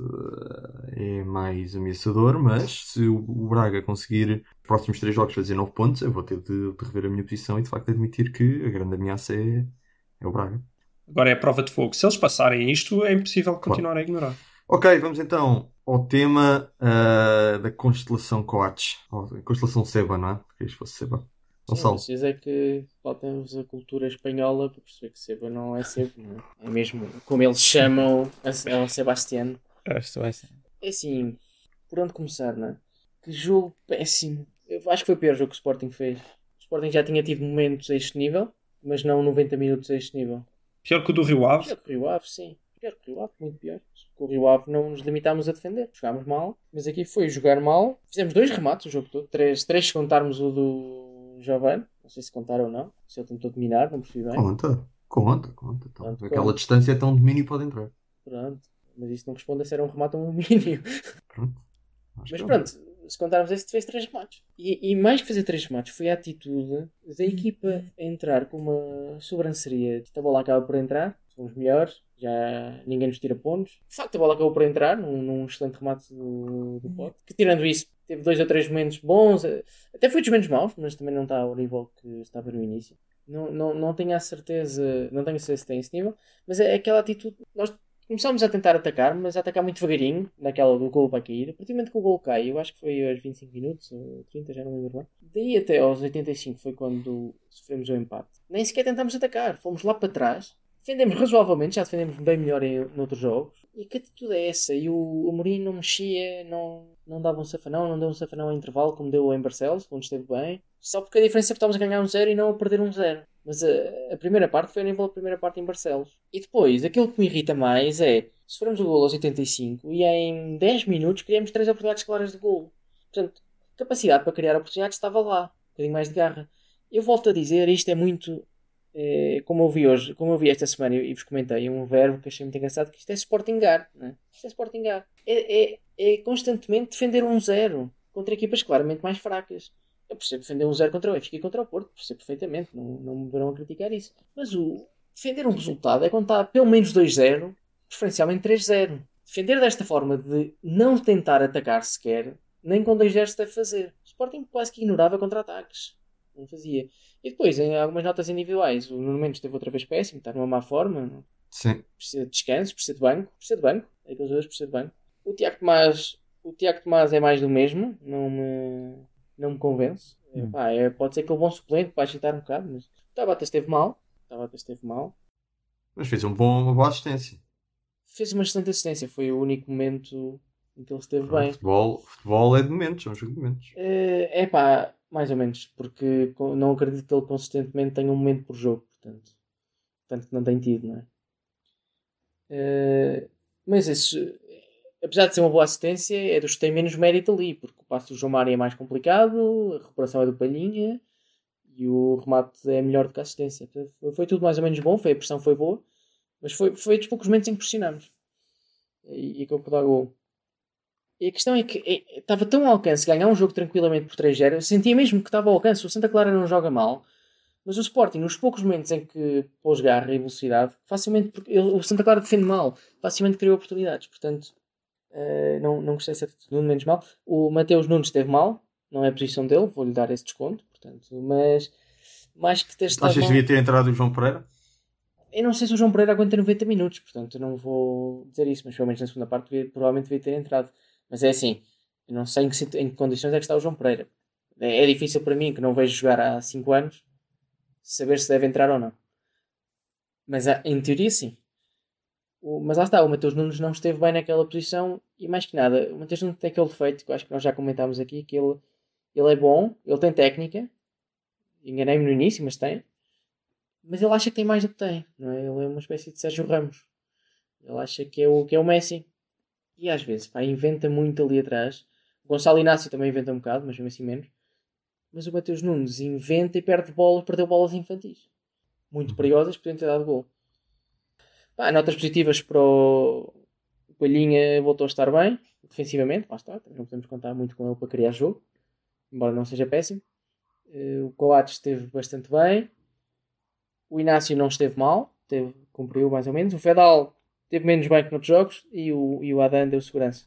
é mais ameaçador, mas se o Braga conseguir nos próximos 3 jogos fazer 9 pontos, eu vou ter de rever a minha posição e de facto admitir que a grande ameaça é o Braga. Agora é a prova de fogo. Se eles passarem isto, é impossível continuar a ignorar. Ok, vamos então ao tema da constelação Coates. Constelação Seba, não é? Porque isto fosse Seba. Vocês é que falta-vos a cultura espanhola para perceber que Seba não é Seba, não é? É mesmo como eles chamam a Sebastián. É assim, por onde começar, não é? Que jogo péssimo. Eu acho que foi o pior jogo que o Sporting fez. O Sporting já tinha tido momentos a este nível, mas não 90 minutos a este nível. Pior que o do Rio Ave? Pior que o Rio Ave, sim. Pior que o Rio Ave, muito pior. Com o Rio Ave não nos limitámos a defender. Jogámos mal, mas aqui foi jogar mal. Fizemos 2 remates o jogo todo. 3 se contarmos o do Giovanni, não sei se contaram ou não, se ele tentou dominar, não percebi bem. Conta. Então, aquela distância é tão domínio pode entrar. Pronto, mas isso não responde a ser um remate ou um domínio. Pronto. Mas pronto, se contarmos esse, fez 3 remates. E mais que fazer 3 remates, foi a atitude da equipa a entrar com uma sobranceria. A bola acaba por entrar, são os melhores, já ninguém nos tira pontos. De facto, a bola acabou por entrar num excelente remate do Pote. Que, tirando isso, teve 2 ou 3 momentos bons, até foi dos menos maus, mas também não está ao nível que estava no início. Não tenho a certeza, não tenho a certeza se tem esse nível, mas é aquela atitude. Nós começámos a tentar atacar, mas a atacar muito devagarinho, naquela do gol vai cair. A partir do momento que o gol cai, eu acho que foi aos 25 minutos, ou 30, já não me lembro bem. Daí até aos 85 foi quando sofremos o empate. Nem sequer tentámos atacar, fomos lá para trás, defendemos razoavelmente, já defendemos bem melhor em outros jogos. E que atitude é essa? E o Mourinho não mexia, não dava um safanão, não deu um safanão a intervalo como deu em Barcelos, onde esteve bem. Só porque a diferença é que estávamos a ganhar 1-0 e não a perder 1-0. Mas a primeira parte foi a nível da primeira parte em Barcelos. E depois, aquilo que me irrita mais é, sofremos o golo aos 85 e em 10 minutos criamos 3 oportunidades claras de golo. Portanto, capacidade para criar oportunidades estava lá. Um bocadinho mais de garra. Eu volto a dizer, isto é muito... como eu vi hoje, como eu vi esta semana e vos comentei, um verbo que achei muito engraçado, que isto é sportingar, não é? Isto é sportingar. É constantemente defender 1-0 contra equipas claramente mais fracas. Eu percebo defender 1-0 contra o Benfica e contra o Porto, percebo perfeitamente, não me verão a criticar isso. Mas defender um resultado é contar pelo menos 2-0, preferencialmente 3-0. Defender desta forma de não tentar atacar sequer, nem com 2-0 se deve fazer. O Sporting quase que ignorava contra-ataques. Não fazia. E depois, em algumas notas individuais, o Nuno Mendes esteve outra vez péssimo, está numa má forma. Sim. Precisa de descanso, precisa de banco. É aqueles jogadores que precisam de banco. O Tiago Tomás é mais do mesmo, não me convence. Pode ser que ele bom suplente para agitar um bocado, mas o Tabata esteve mal. Mas fez uma boa assistência. Fez uma excelente assistência, foi o único momento em que ele esteve bem. Futebol é de momentos, é um jogo de momentos. Mais ou menos, porque não acredito que ele consistentemente tenha um momento por jogo, portanto que não tem tido, não é? Mas isso, apesar de ser uma boa assistência, é dos que têm menos mérito ali, porque o passo do João Mário é mais complicado, a recuperação é do Palhinha e o remate é melhor do que a assistência. Portanto, foi tudo mais ou menos bom, a pressão foi boa, mas foi dos poucos momentos em que pressionamos e que eu pude dar gol. E a questão é que estava tão ao alcance ganhar um jogo tranquilamente por 3-0. Eu sentia mesmo que estava ao alcance. O Santa Clara não joga mal, mas o Sporting, nos poucos momentos em que pôs garra e velocidade, facilmente, porque o Santa Clara defende mal, facilmente criou oportunidades. Portanto, não gostei de ser tudo menos mal. O Mateus Nunes esteve mal, não é a posição dele, vou-lhe dar esse desconto. Portanto, mas mais que ter estado. Achas que devia ter entrado o João Pereira? Eu não sei se o João Pereira aguenta 90 minutos, portanto, eu não vou dizer isso, mas pelo menos na segunda parte provavelmente devia ter entrado. Mas é assim, eu não sei em que condições é que está o João Pereira. É difícil para mim, que não vejo jogar há 5 anos, saber se deve entrar ou não. Mas em teoria sim. Mas lá está, o Mateus Nunes não esteve bem naquela posição e mais que nada, o Mateus Nunes tem aquele defeito que eu acho que nós já comentámos aqui, que ele é bom, ele tem técnica, enganei-me no início, mas tem. Mas ele acha que tem mais do que tem, não é? Ele é uma espécie de Sérgio Ramos. Ele acha que é o Messi. E às vezes, inventa muito ali atrás. O Gonçalo Inácio também inventa um bocado, mas mesmo assim menos. Mas o Mateus Nunes inventa e perdeu bolas infantis. Muito perigosas, podiam ter dado gol. Notas positivas para o Palhinha, voltou a estar bem, defensivamente, lá está. Não podemos contar muito com ele para criar jogo, embora não seja péssimo. O Coates esteve bastante bem. O Inácio não esteve mal, cumpriu mais ou menos. O Fedal teve menos bem que noutros jogos e o Adan deu segurança.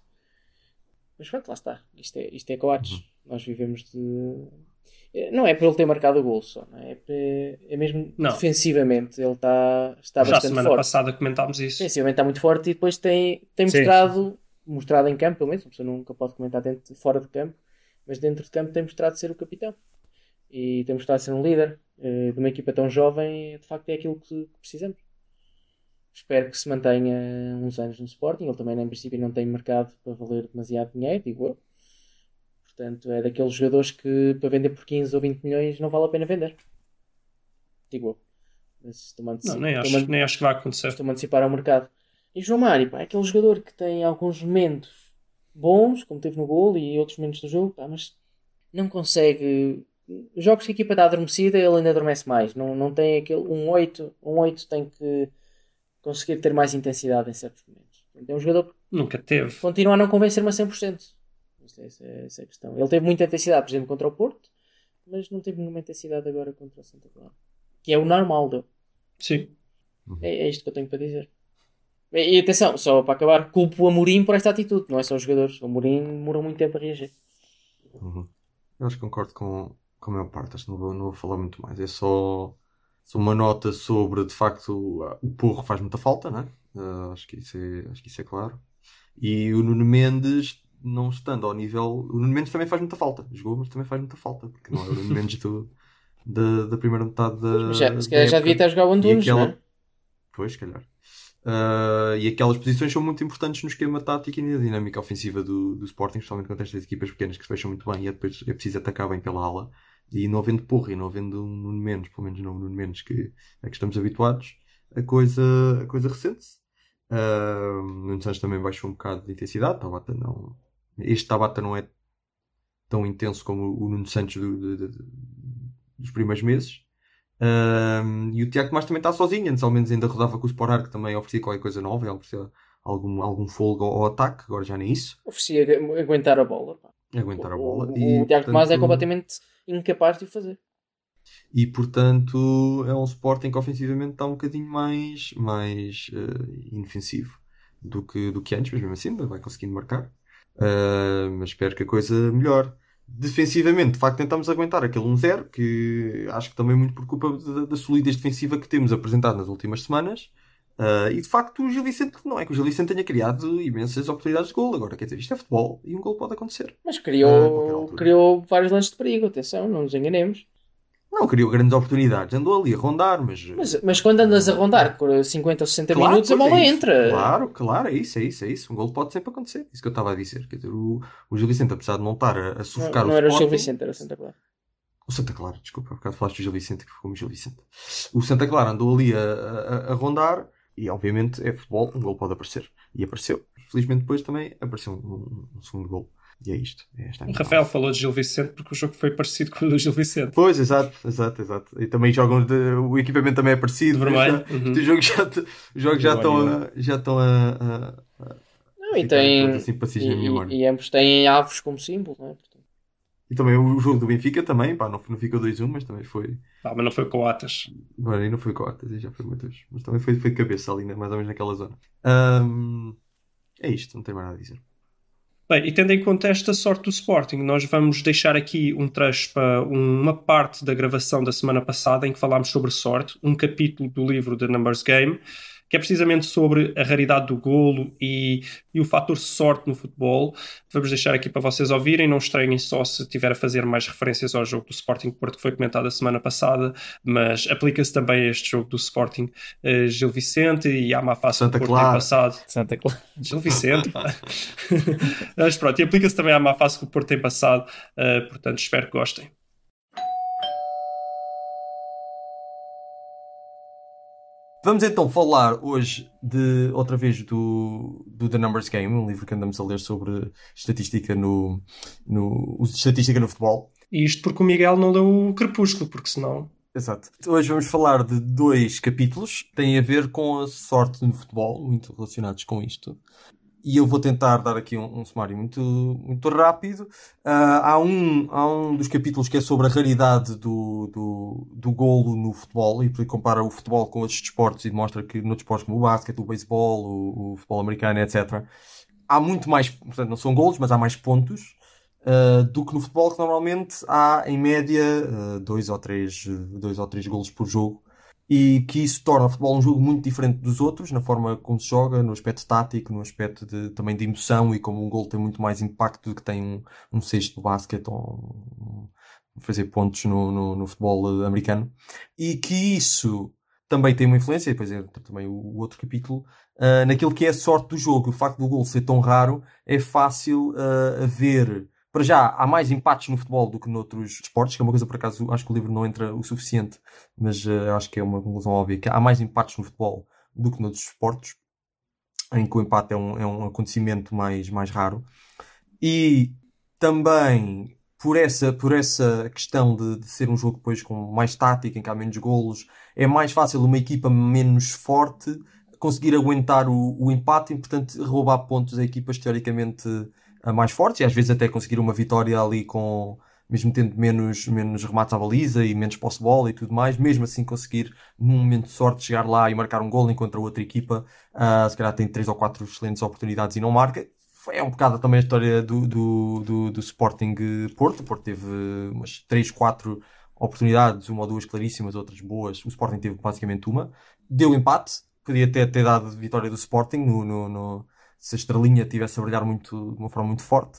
Mas pronto, lá está. Isto é Coates. Nós vivemos de... Não é por ele ter marcado o gol só, não é? É mesmo defensivamente. Ele está bastante forte. Já a semana passada comentámos isso. Defensivamente está muito forte e depois tem mostrado em campo, pelo menos. A pessoa nunca pode comentar fora de campo, mas dentro de campo tem mostrado ser o capitão. E tem mostrado ser um líder de uma equipa tão jovem. De facto é aquilo que precisamos. Espero que se mantenha uns anos no Sporting. Ele também, em princípio, não tem mercado para valer demasiado dinheiro, digo eu. Portanto, é daqueles jogadores que para vender por 15 ou 20 milhões não vale a pena vender. Digo eu. Mas nem acho que vai acontecer. Estou-me a antecipar ao mercado. E João Mário, é aquele jogador que tem alguns momentos bons, como teve no golo e outros momentos do jogo, mas não consegue... Jogos que a equipa está adormecida, ele ainda adormece mais. Não tem aquele... Um 8 tem que conseguir ter mais intensidade em certos momentos. É um jogador que nunca teve. Continua a não convencer-me a 100%. Essa é a questão. Ele teve muita intensidade, por exemplo, contra o Porto, mas não teve nenhuma intensidade agora contra o Santa Clara. Que é o normal dele. Sim. É isto que eu tenho para dizer. E atenção, só para acabar, culpo o Amorim por esta atitude, não é só os jogadores. O Amorim demorou muito tempo a reagir. Eu acho que concordo com a maior parte, acho que não vou falar muito mais. É só uma nota sobre, de facto, o Porro faz muita falta, não é? Acho que isso é claro. E o Nuno Mendes, não estando ao nível... O Nuno Mendes também faz muita falta. Jogou, mas também faz muita falta. Porque não é o Nuno Mendes da primeira metade da Se calhar já devia ter jogado o Antunes, não é? Pois, se calhar. E aquelas posições são muito importantes no esquema tático e na dinâmica ofensiva do Sporting, especialmente contra estas equipas pequenas que se fecham muito bem e depois é preciso atacar bem pela ala. E não havendo Porro e não havendo um Nuno Mendes, pelo menos não um Nuno Mendes a que estamos habituados, a coisa ressente-se. No Santos também baixou um bocado de intensidade. Este Tabata não é tão intenso como o Nuno Santos dos primeiros meses. E o Tiago Tomás também está sozinho. Antes ao menos ainda rodava com o Sporar, que também oferecia qualquer coisa nova, ele oferecia algum folga ao ataque. Agora já nem isso. Oferecia aguentar a bola. Aguentar a bola. O Tiago Tomás é completamente incapaz de o fazer. E portanto é um Sporting que ofensivamente está um bocadinho mais inofensivo do que antes, mas mesmo assim ainda vai conseguindo marcar. Mas espero que a coisa melhore. Defensivamente, de facto, tentamos aguentar aquele 1-0, que acho que também muito por culpa da solidez defensiva que temos apresentado nas últimas semanas. E de facto, o Gil Vicente, não é que o Gil Vicente tenha criado imensas oportunidades de gol. Agora, quer dizer, isto é futebol e um gol pode acontecer. Mas criou vários lances de perigo, atenção, não nos enganemos. Não, criou grandes oportunidades, andou ali a rondar, mas quando andas a rondar por 50 ou 60 minutos, a bola entra. Claro, é isso. Um gol pode sempre acontecer. Isso que eu estava a dizer. Quer dizer, o Gil Vicente, apesar de não estar a sufocar não o era Sporting... o Gil Vicente, era o Santa Clara. O Santa Clara, desculpa, porque falaste do Gil Vicente, que ficou como Gil Vicente. O Santa Clara andou ali a rondar e, obviamente, é futebol, um gol pode aparecer. E apareceu. Felizmente, depois também apareceu um segundo gol. E é isto. O Rafael falou de Gil Vicente porque o jogo foi parecido com o do Gil Vicente. Pois, exato. E também jogam... O equipamento também é parecido. De vermelho. Os jogos já estão a não, e ambos têm aves como símbolo, não é? E também o jogo do Benfica também, não ficou 2-1, mas também foi... mas não foi com Atas. Aí não foi com Atas, já foi muitas. Mas também foi de cabeça ali, mais ou menos naquela zona. É isto, não tenho mais nada a dizer. Bem, e tendo em conta esta sorte do Sporting, nós vamos deixar aqui um trecho para uma parte da gravação da semana passada em que falámos sobre sorte, um capítulo do livro The Numbers Game, que é precisamente sobre a raridade do golo e o fator sorte no futebol. Vamos deixar aqui para vocês ouvirem, não estranhem só se tiver a fazer mais referências ao jogo do Sporting Porto que foi comentado a semana passada, mas aplica-se também a este jogo do Sporting Gil Vicente e à má face do Porto tem passado. Santa Clara. Gil Vicente, pá. Mas pronto, e aplica-se também à má face que o Porto tem passado, portanto espero que gostem. Vamos então falar hoje outra vez do The Numbers Game, um livro que andamos a ler sobre estatística no futebol. E isto porque o Miguel não leu o Crepúsculo, porque senão... Exato. Hoje vamos falar de 2 capítulos que têm a ver com a sorte no futebol, muito relacionados com isto. E eu vou tentar dar aqui um sumário muito, muito rápido. Há um dos capítulos que é sobre a raridade do golo no futebol e compara o futebol com outros desportos e mostra que noutros desportos como o basquete, o beisebol, o futebol americano, etc. Há muito mais, portanto não são golos, mas há mais pontos do que no futebol, que normalmente há em média 2 ou 3 golos por jogo. E que isso torna o futebol um jogo muito diferente dos outros, na forma como se joga, no aspecto tático, no aspecto também de emoção, e como um gol tem muito mais impacto do que tem um cesto de basquete ou fazer pontos no futebol americano. E que isso também tem uma influência, e depois é também o outro capítulo, naquilo que é a sorte do jogo. O facto do gol ser tão raro, é fácil haver... Para já, há mais empates no futebol do que noutros esportes, que é uma coisa, por acaso, acho que o livro não entra o suficiente, mas acho que é uma conclusão óbvia, que há mais empates no futebol do que noutros esportes, em que o empate é um acontecimento mais raro. E também, por essa questão de ser um jogo depois com mais tática, em que há menos golos, é mais fácil uma equipa menos forte conseguir aguentar o empate e, portanto, roubar pontos a equipas teoricamente mais fortes e às vezes até conseguir uma vitória ali mesmo tendo menos remates à baliza e menos posse de bola e tudo mais, mesmo assim conseguir num momento de sorte chegar lá e marcar um gol enquanto a outra equipa se calhar tem 3 ou 4 excelentes oportunidades e não marca. É um bocado também a história do Sporting Porto. O Porto teve umas 3, 4 oportunidades, uma ou duas claríssimas, outras boas. O Sporting teve basicamente uma. Deu empate. Podia ter dado vitória do Sporting se a estrelinha estivesse a brilhar de uma forma muito forte.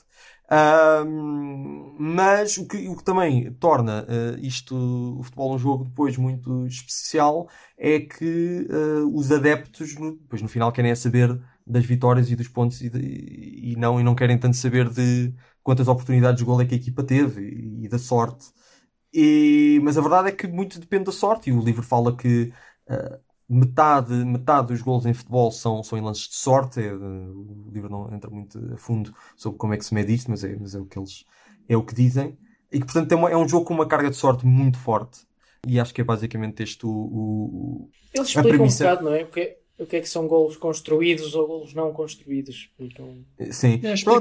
Mas o que também torna o futebol um jogo depois muito especial é que os adeptos depois no final querem saber das vitórias e dos pontos e não querem tanto saber de quantas oportunidades de gol é que a equipa teve e da sorte. Mas a verdade é que muito depende da sorte, e o livro fala que metade dos golos em futebol são em lances de sorte. O livro não entra muito a fundo sobre como é que se mede isto, mas é o que dizem, e que portanto é um jogo com uma carga de sorte muito forte, e acho que é basicamente este Eles explicam um bocado, não é? O que é que são golos construídos ou golos não construídos. Então... Sim.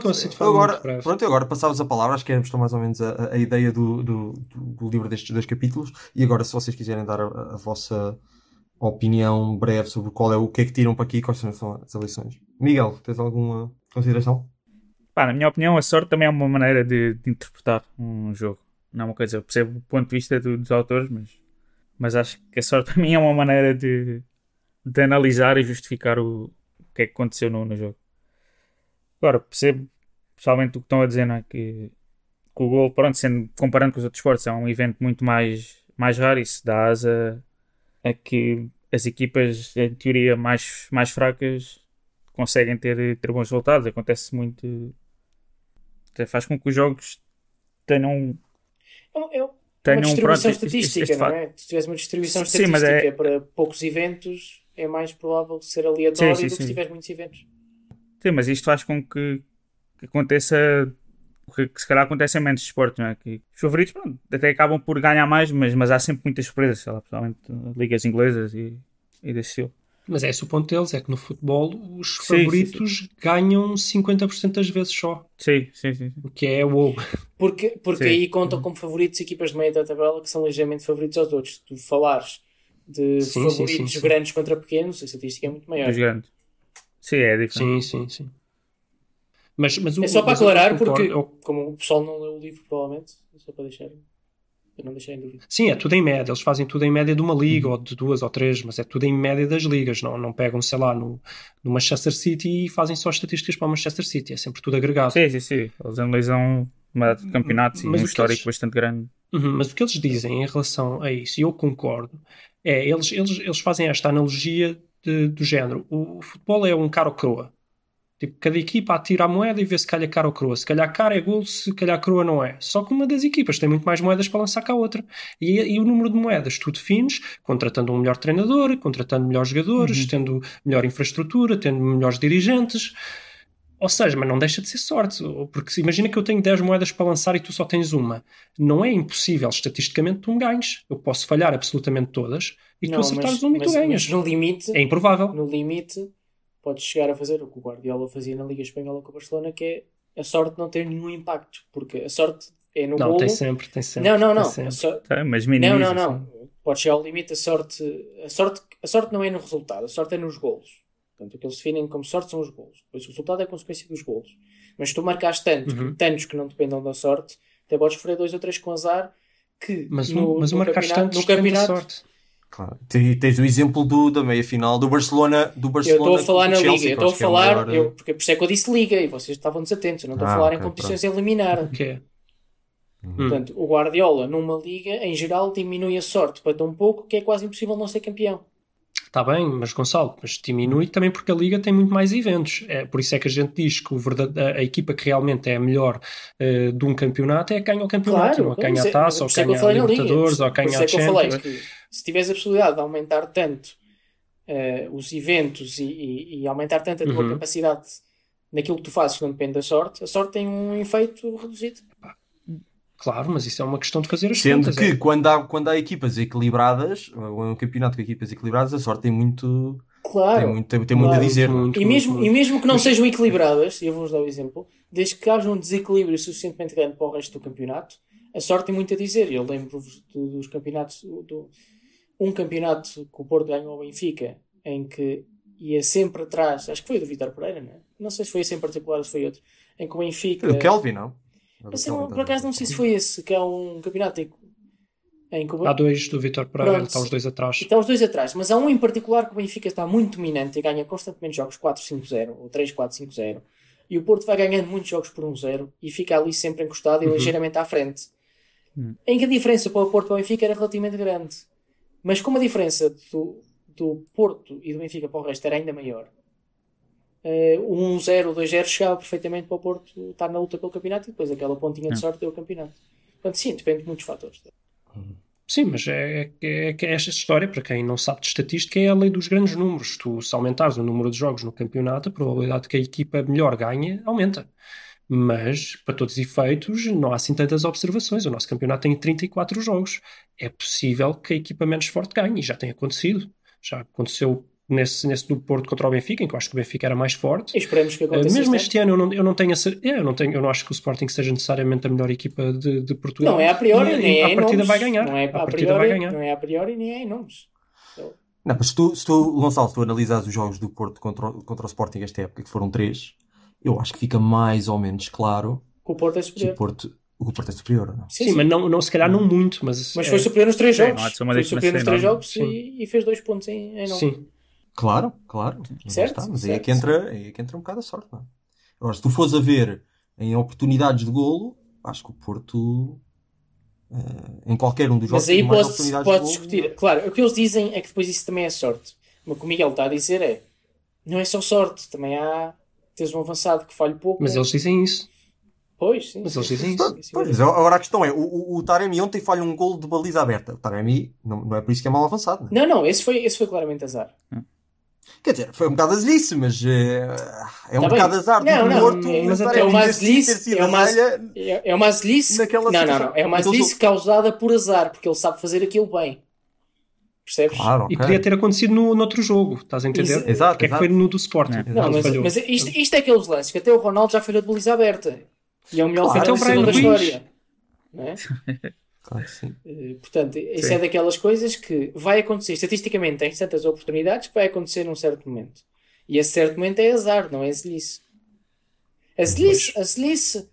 Agora passávamos a palavra, acho que éramos mais ou menos a ideia do livro destes 2 capítulos, e agora se vocês quiserem dar a vossa opinião breve sobre o que é que tiram para aqui, quais são as lições. Miguel, tens alguma consideração? Na minha opinião, a sorte também é uma maneira de interpretar um jogo. Não é uma coisa, eu percebo o ponto de vista dos autores, mas acho que a sorte para mim é uma maneira de analisar e justificar o que é que aconteceu no jogo. Agora, percebo pessoalmente o que estão a dizer, não é? Que o gol, pronto, comparando com os outros esportes, é um evento muito mais raro, e isso dá asa a que as equipas, em teoria, mais fracas conseguem ter bons resultados. Acontece muito, até faz com que os jogos tenham uma distribuição estatística, não é? Se tivesse uma distribuição estatística para poucos eventos, é mais provável ser aleatório do que se tiveres muitos eventos. Sim, mas isto faz com que aconteça o que se calhar acontece em menos de esportes, não é? Que os favoritos, pronto, até acabam por ganhar mais, mas há sempre muitas surpresas, sei lá, principalmente ligas inglesas e desse estilo. Mas é esse o ponto deles, é que no futebol os favoritos ganham 50% das vezes só. Sim. O que é wow. Porque aí contam como favoritos equipas de meio da tabela que são ligeiramente favoritos aos outros. Tu falares de favoritos grandes contra pequenos, a estatística é muito maior. Dos grandes. Sim, é diferente. Sim. Mas é só para aclarar, porque como o pessoal não leu o livro, provavelmente, é só para não deixar em dúvida. Sim, é tudo em média. Eles fazem tudo em média de uma liga, ou de 2 ou 3, mas é tudo em média das ligas. Não pegam, sei lá, no Manchester City e fazem só estatísticas para o Manchester City. É sempre tudo agregado. Sim. Eles analisam uma data de campeonatos e um histórico bastante grande. Mas o que eles dizem em relação a isso, e eu concordo, eles fazem esta analogia do género. O futebol é um cara ou coroa. Tipo, cada equipa atira a moeda e vê se calhar cara ou coroa. Se calhar cara é golo, se calhar coroa não é. Só que uma das equipas tem muito mais moedas para lançar que a outra. E o número de moedas tu defines contratando um melhor treinador, contratando melhores jogadores, tendo melhor infraestrutura, tendo melhores dirigentes. Ou seja, mas não deixa de ser sorte. Porque imagina que eu tenho 10 moedas para lançar e tu só tens uma. Não é impossível, estatisticamente, tu me ganhes. Eu posso falhar absolutamente todas e tu acertares uma e tu ganhas. Mas no limite... É improvável. No limite... podes chegar a fazer o que o Guardiola fazia na Liga Espanhola com o Barcelona, que é a sorte não ter nenhum impacto, porque a sorte é no golo. Não, tem sempre. Não. Mas minimiza. Não. Pode chegar ao limite, a sorte não é no resultado, a sorte é nos golos. Portanto, o que eles definem como sorte são os golos. Depois o resultado é a consequência dos golos. Mas se tu marcas tantos que não dependam da sorte, até podes sofrer 2 ou 3 com azar, que mas o marcar tantos no campeonato... sorte. Claro. Tens o exemplo da meia-final do Barcelona. Eu estou a falar na Liga, eu estou a falar, porque por isso é que eu disse Liga e vocês estavam desatentos. Eu não estou a falar em competições a eliminar. Okay. Portanto, o Guardiola numa Liga, em geral, diminui a sorte para tão pouco que é quase impossível não ser campeão. Está bem, mas Gonçalo, mas diminui também porque a Liga tem muito mais eventos. Por isso é que a gente diz que a equipa que realmente é a melhor de um campeonato é a que ganha o campeonato, claro, não a ganha a taça, ou ganha a Libertadores, ou ganha a Champions. Se tiveres a possibilidade de aumentar tanto os eventos e aumentar tanto a tua capacidade naquilo que tu fazes que não depende da sorte, a sorte tem um efeito reduzido. Claro, mas isso é uma questão de fazer as Sendo contas. Que quando há equipas equilibradas, ou um campeonato com equipas equilibradas, a sorte tem muito Claro. Tem muito a dizer. E mesmo que não sejam equilibradas, eu vou-vos dar o exemplo, desde que haja um desequilíbrio suficientemente grande para o resto do campeonato, a sorte tem muito a dizer. Eu lembro-vos dos campeonatos, um campeonato que o Porto ganhou ao Benfica, em que ia sempre atrás, acho que foi o do Vítor Pereira, não é? Não sei se foi esse em particular ou se foi outro, em que o Benfica... O Kelvin, não? Por acaso não sei se foi esse, que é um campeonato em que... Há dois do Vítor Pereira, estão os dois atrás. Estão os dois atrás, mas há um em particular que o Benfica está muito dominante e ganha constantemente jogos 4-5-0 ou 3-4-5-0, e o Porto vai ganhando muitos jogos por 1-0 e fica ali sempre encostado e ligeiramente à frente. Em que a diferença para o Porto e o Benfica era relativamente grande. Mas como a diferença do Porto e do Benfica para o resto era ainda maior, o 1-0 ou 2-0 chegava perfeitamente para o Porto estar na luta pelo campeonato e depois aquela pontinha de sorte deu o campeonato. Portanto, sim, depende de muitos fatores. Sim, mas é esta história, para quem não sabe de estatística, é a lei dos grandes números. Tu, se aumentares o número de jogos no campeonato, a probabilidade de que a equipa melhor ganhe aumenta. Mas, para todos os efeitos, não há assim tantas observações. O nosso campeonato tem 34 jogos. É possível que a equipa menos forte ganhe, e já tem acontecido. Já aconteceu nesse do Porto contra o Benfica, em que eu acho que o Benfica era mais forte. E esperemos que aconteça. Mesmo este ano eu não acho que o Sporting seja necessariamente a melhor equipa de Portugal. Não é a priori, nem é em partida nomes. vai ganhar. Não é a priori, não é a priori, nem é em nomes. Não, mas se tu, Gonçalo, se tu analisares os jogos do Porto contra o Sporting esta época, que foram 3, eu acho que fica mais ou menos claro que o Porto é superior. O Porto é superior, não? Sim, mas não, se calhar não muito. Mas foi superior nos 3 jogos. Foi superior nos 3 jogos e fez 2 pontos em 9. Sim. Claro. Certo, mas certo. Aí é que entra um bocado a sorte, não é? Agora, se tu fores a ver em oportunidades de golo, acho que o Porto, em qualquer um dos jogos, mas aí tem mais oportunidades pode de discutir. golo. Claro, o que eles dizem é que depois isso também é sorte. Mas o que o Miguel está a dizer não é só sorte, também há teres um avançado que falhe pouco. Mas eles dizem isso. Pois, sim. Mas eles dizem isso. Pois, agora a questão é, o Taremi ontem falha um golo de baliza aberta. O Taremi não é por isso que é mal avançado, não é? Não, esse foi claramente azar. Quer dizer, foi um bocado azelice, mas é um Tá bocado bem. azar do Não, Porto. mas é uma azelice. É uma azelice. Não. É uma azelice causada por azar, porque ele sabe fazer aquilo bem. Percebes? Claro, okay. E podia ter acontecido no outro jogo, estás a entender? Exato. Porque é que foi no do Sporting. Não, mas isto é aqueles lances que até o Ronaldo já falhou de baliza aberta. E é o melhor defensor da história. Não é? Claro que sim. Portanto, isso é daquelas coisas que vai acontecer. Estatisticamente, tem certas oportunidades que vai acontecer num certo momento. E esse certo momento é azar, não é azelice. Azelice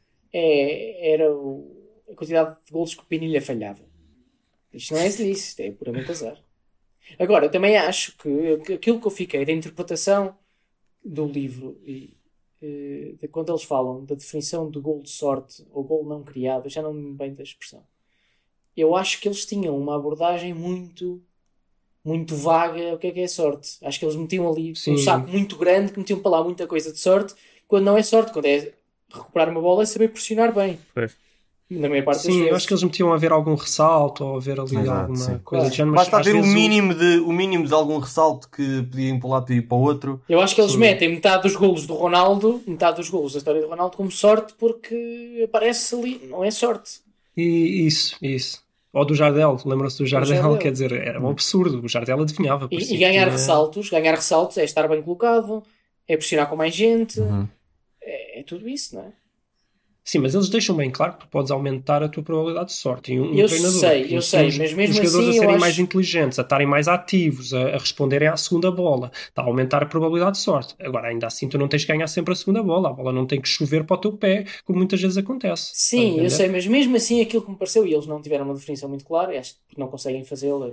era a quantidade de golos que o Pinilha falhava. Isto não é azelice, isto é puramente azar. Agora, eu também acho que aquilo que eu fiquei da interpretação do livro e de quando eles falam da definição de gol de sorte ou gol não criado, eu já não me lembro bem da expressão. Eu acho que eles tinham uma abordagem muito vaga. O que é sorte? Acho que eles metiam ali um saco muito grande, que metiam para lá muita coisa de sorte, quando não é sorte, quando é recuperar uma bola é saber pressionar bem. Pois. Na maior parte das vezes. Eu acho que eles metiam a ver algum ressalto ou a ver ali alguma coisa de género. Basta haver o mínimo de algum ressalto que podia ir para um lado e para o outro. Eu acho que eles metem metade dos golos do Ronaldo, metade dos golos da história do Ronaldo como sorte, porque aparece ali, não é sorte. E isso. Ou do Jardel, lembram-se do Jardel? Quer dizer, era um absurdo. O Jardel adivinhava. E ganhar ressaltos é estar bem colocado, é pressionar com mais gente, é tudo isso, não é? Sim, mas eles deixam bem claro que tu podes aumentar a tua probabilidade de sorte. E eu sei, mas mesmo os jogadores assim a serem mais inteligentes, a estarem mais ativos, a responderem à segunda bola, está a aumentar a probabilidade de sorte. Agora, ainda assim, tu não tens que ganhar sempre a segunda bola. A bola não tem que chover para o teu pé, como muitas vezes acontece. Sim, eu sei, mas mesmo assim, aquilo que me pareceu, e eles não tiveram uma definição muito clara, acho que não conseguem fazê-la,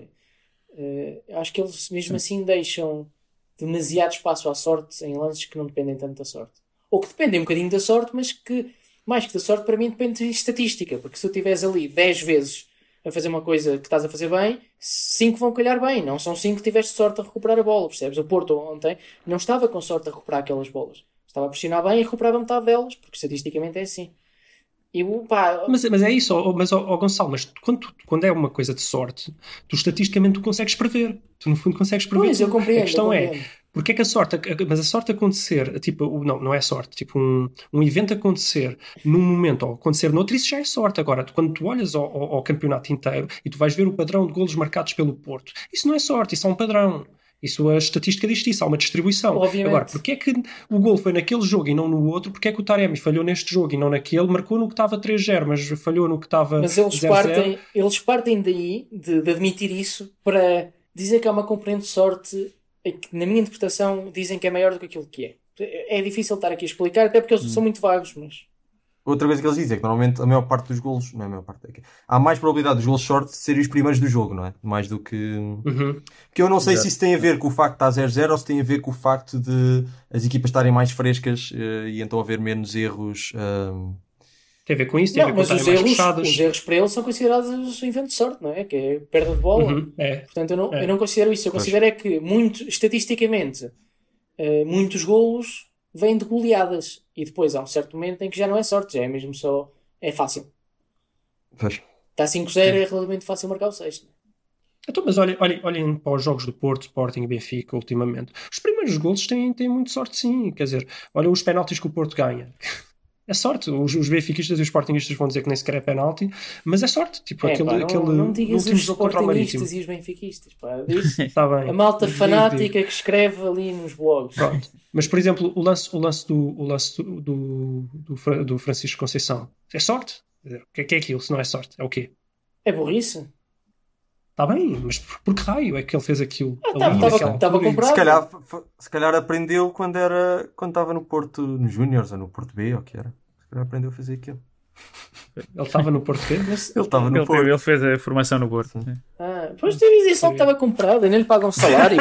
acho que eles mesmo assim deixam demasiado espaço à sorte em lances que não dependem tanto da sorte. Ou que dependem um bocadinho da sorte, mas que mais que da sorte, para mim, depende de estatística. Porque se tu estiveres ali 10 vezes a fazer uma coisa que estás a fazer bem, 5 vão calhar bem. Não são 5 que tiveste sorte a recuperar a bola, percebes? O Porto ontem não estava com sorte a recuperar aquelas bolas. Estava a pressionar bem e recuperava metade delas, porque estatisticamente é assim. E, mas é isso, Gonçalo, mas quando é uma coisa de sorte, tu estatisticamente consegues prever. Tu no fundo consegues prever. Pois, eu compreendo. A questão é, porque é que a sorte acontecer, tipo, não é sorte, tipo um evento acontecer num momento ou acontecer noutro, isso já é sorte. Agora, quando tu olhas ao campeonato inteiro e tu vais ver o padrão de golos marcados pelo Porto, isso não é sorte, isso é um padrão. Isso, a estatística diz isso, há uma distribuição. Obviamente. Agora, porque é que o gol foi naquele jogo e não no outro? Porque é que o Taremi falhou neste jogo e não naquele? Marcou no que estava 3-0, mas falhou no que estava 0-0. Mas eles partem daí, de admitir isso, para dizer que há uma componente de sorte que, na minha interpretação, dizem que é maior do que aquilo que é. É difícil estar aqui a explicar, até porque eles são muito vagos, mas... Outra coisa que eles dizem é que normalmente a maior parte dos golos, não é a maior parte, há mais probabilidade dos golos short serem os primeiros do jogo, não é? Mais do que... Porque eu não sei se isso tem a ver com o facto de estar 0-0 ou se tem a ver com o facto de as equipas estarem mais frescas e então haver menos erros. Tem a ver com isso, tem a ver com estarem mais fechados. Os erros para eles são considerados invento de sorte, não é? Que é perda de bola. Portanto, eu não considero isso. Eu considero é que, estatisticamente, muitos golos vêm de goleadas. E depois há um certo momento em que já não é sorte, já é mesmo só... É fácil. Pois. Está 5-0, é relativamente fácil marcar o sexto. Então, mas olhem para os jogos do Porto, Sporting e Benfica ultimamente. Os primeiros golos têm muito sorte, sim. Quer dizer, olha os penaltis que o Porto ganha. É sorte. Os benfiquistas e os sportingistas vão dizer que nem sequer é penalti, mas é sorte. Tipo, não digas os sportingistas e os benfiquistas. Pá, tá bem. A malta fanática que escreve ali nos blogs. Pronto. Mas, por exemplo, o lance do Francisco Conceição é sorte? O que é aquilo se não é sorte? É o quê? É burrice. Está bem, mas por que raio é que ele fez aquilo? Estava comprado. Se calhar aprendeu quando estava no Porto, nos Júniors ou no Porto B, ou o que era. Se calhar aprendeu a fazer aquilo. Ele estava no Porto B? Ele estava no Porto. Ele fez a formação no Porto. Pois tu dizes só que estava comprado e nem lhe pagam salário.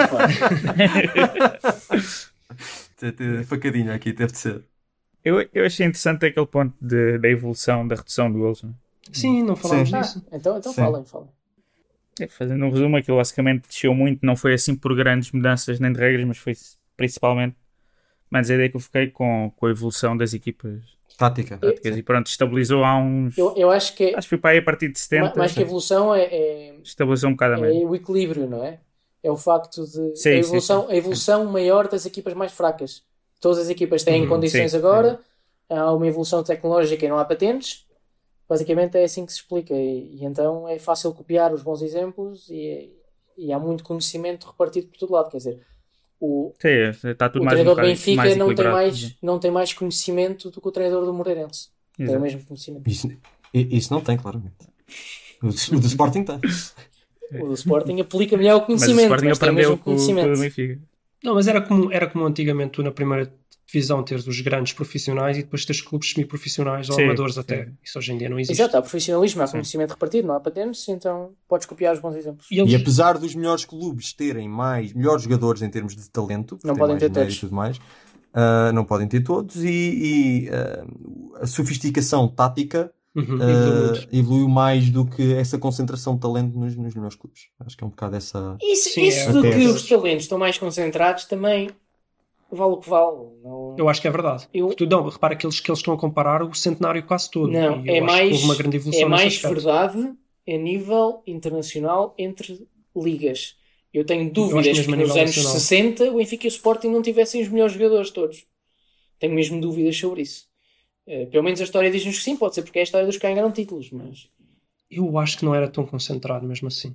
Facadinho aqui, deve de ser. Eu achei interessante aquele ponto da evolução, da redução de golos. Sim, não falámos disso. Então falem. Fazendo um resumo, aquilo basicamente desceu muito, não foi assim por grandes mudanças nem de regras, mas foi principalmente, mas a ideia que eu fiquei com a evolução das equipas táticas e pronto, estabilizou há uns... Eu acho que foi para aí a partir de 70. Mais que a evolução estabilizou um bocado a média. É o equilíbrio, não é? É o facto de a evolução maior das equipas mais fracas. Todas as equipas têm condições agora, há uma evolução tecnológica e não há patentes. Basicamente é assim que se explica e então é fácil copiar os bons exemplos e há muito conhecimento repartido por todo lado, quer dizer está tudo o mais treinador do Benfica mais não tem mais conhecimento do que o treinador do Moreirense. Tem o mesmo conhecimento. Isso não tem, claramente. O do Sporting tem. O do Sporting aplica melhor o conhecimento, mas tem o mesmo conhecimento. Não, mas era como antigamente tu na primeira divisão teres os grandes profissionais e depois teres clubes semi-profissionais ou amadores até. Isso hoje em dia não existe. Exato, há profissionalismo, há conhecimento repartido, não há patentes, então podes copiar os bons exemplos. E apesar dos melhores clubes terem melhores jogadores em termos de talento, não podem ter todos. E tudo mais, não podem ter todos e a sofisticação tática evoluiu mais do que essa concentração de talento nos melhores clubes. Acho que é um bocado essa... Isso do que os talentos estão mais concentrados também vale o que vale. Não... Eu acho que é verdade. Repara que eles estão a comparar o centenário quase todo. Não, é mais verdade a nível internacional entre ligas. Eu tenho dúvidas que nos anos 60 o Benfica e o Sporting não tivessem os melhores jogadores todos. Tenho mesmo dúvidas sobre isso. Pelo menos a história diz-nos que sim, pode ser porque é a história dos que ganharam títulos, mas... Eu acho que não era tão concentrado mesmo assim.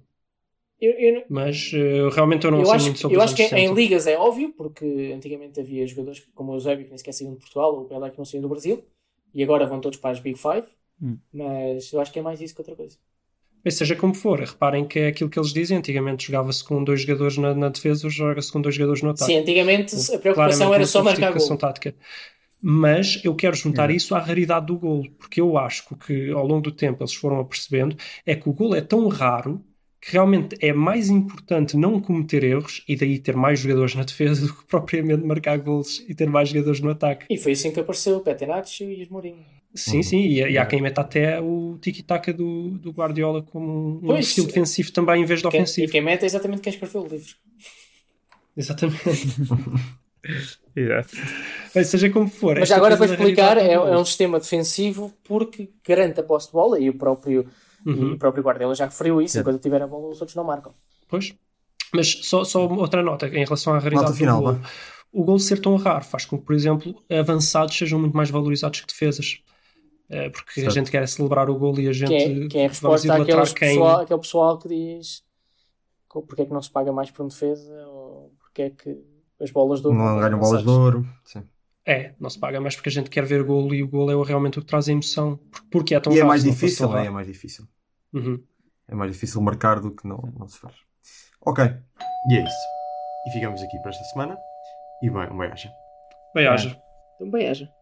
Mas realmente eu não sei muito sobre isso. Eu acho que em ligas é óbvio, porque antigamente havia jogadores como o Eusébio que nem sequer saíam de Portugal, ou o Pelé que não saíam do Brasil, e agora vão todos para as Big Five, mas eu acho que é mais isso que outra coisa. Mas seja como for, reparem que é aquilo que eles dizem. Antigamente jogava-se com 2 jogadores na defesa, hoje joga-se com 2 jogadores no ataque. Sim, antigamente a preocupação era só marcar gol. Tática. Mas eu quero juntar isso à raridade do golo, porque eu acho que ao longo do tempo eles foram apercebendo é que o golo é tão raro que realmente é mais importante não cometer erros e daí ter mais jogadores na defesa do que propriamente marcar golos e ter mais jogadores no ataque. E foi assim que apareceu o Petenacci e os Mourinho. Sim, e há quem meta até o tiki-taka do Guardiola como um estilo defensivo também em vez de ofensivo. E quem mete é exatamente quem escreveu o livro. Exatamente. Exato. Mas seja como for. Mas agora para explicar, é um sistema defensivo porque garante a posse de bola e o próprio Guardiola já referiu isso, enquanto tiver a bola os outros não marcam. Pois. Mas só outra nota em relação à raridade do gol. O gol ser tão raro faz com que, por exemplo, avançados sejam muito mais valorizados que defesas. Porque a gente quer celebrar o gol e a gente que é a resposta àquele pessoal que diz porque é que não se paga mais por um defesa, ou porque é que as bolas de ouro não ganham bolas de ouro. Sim. Não se paga mais porque a gente quer ver golo, e o golo é realmente o que traz a emoção. Porque é tão E é raro, mais se não fosse difícil, tão raro. é mais difícil. Uhum. É mais difícil marcar do que não se faz. Ok, e é isso. E ficamos aqui para esta semana. E bem, um bem-aja. Bem-aja. Então bem-aja.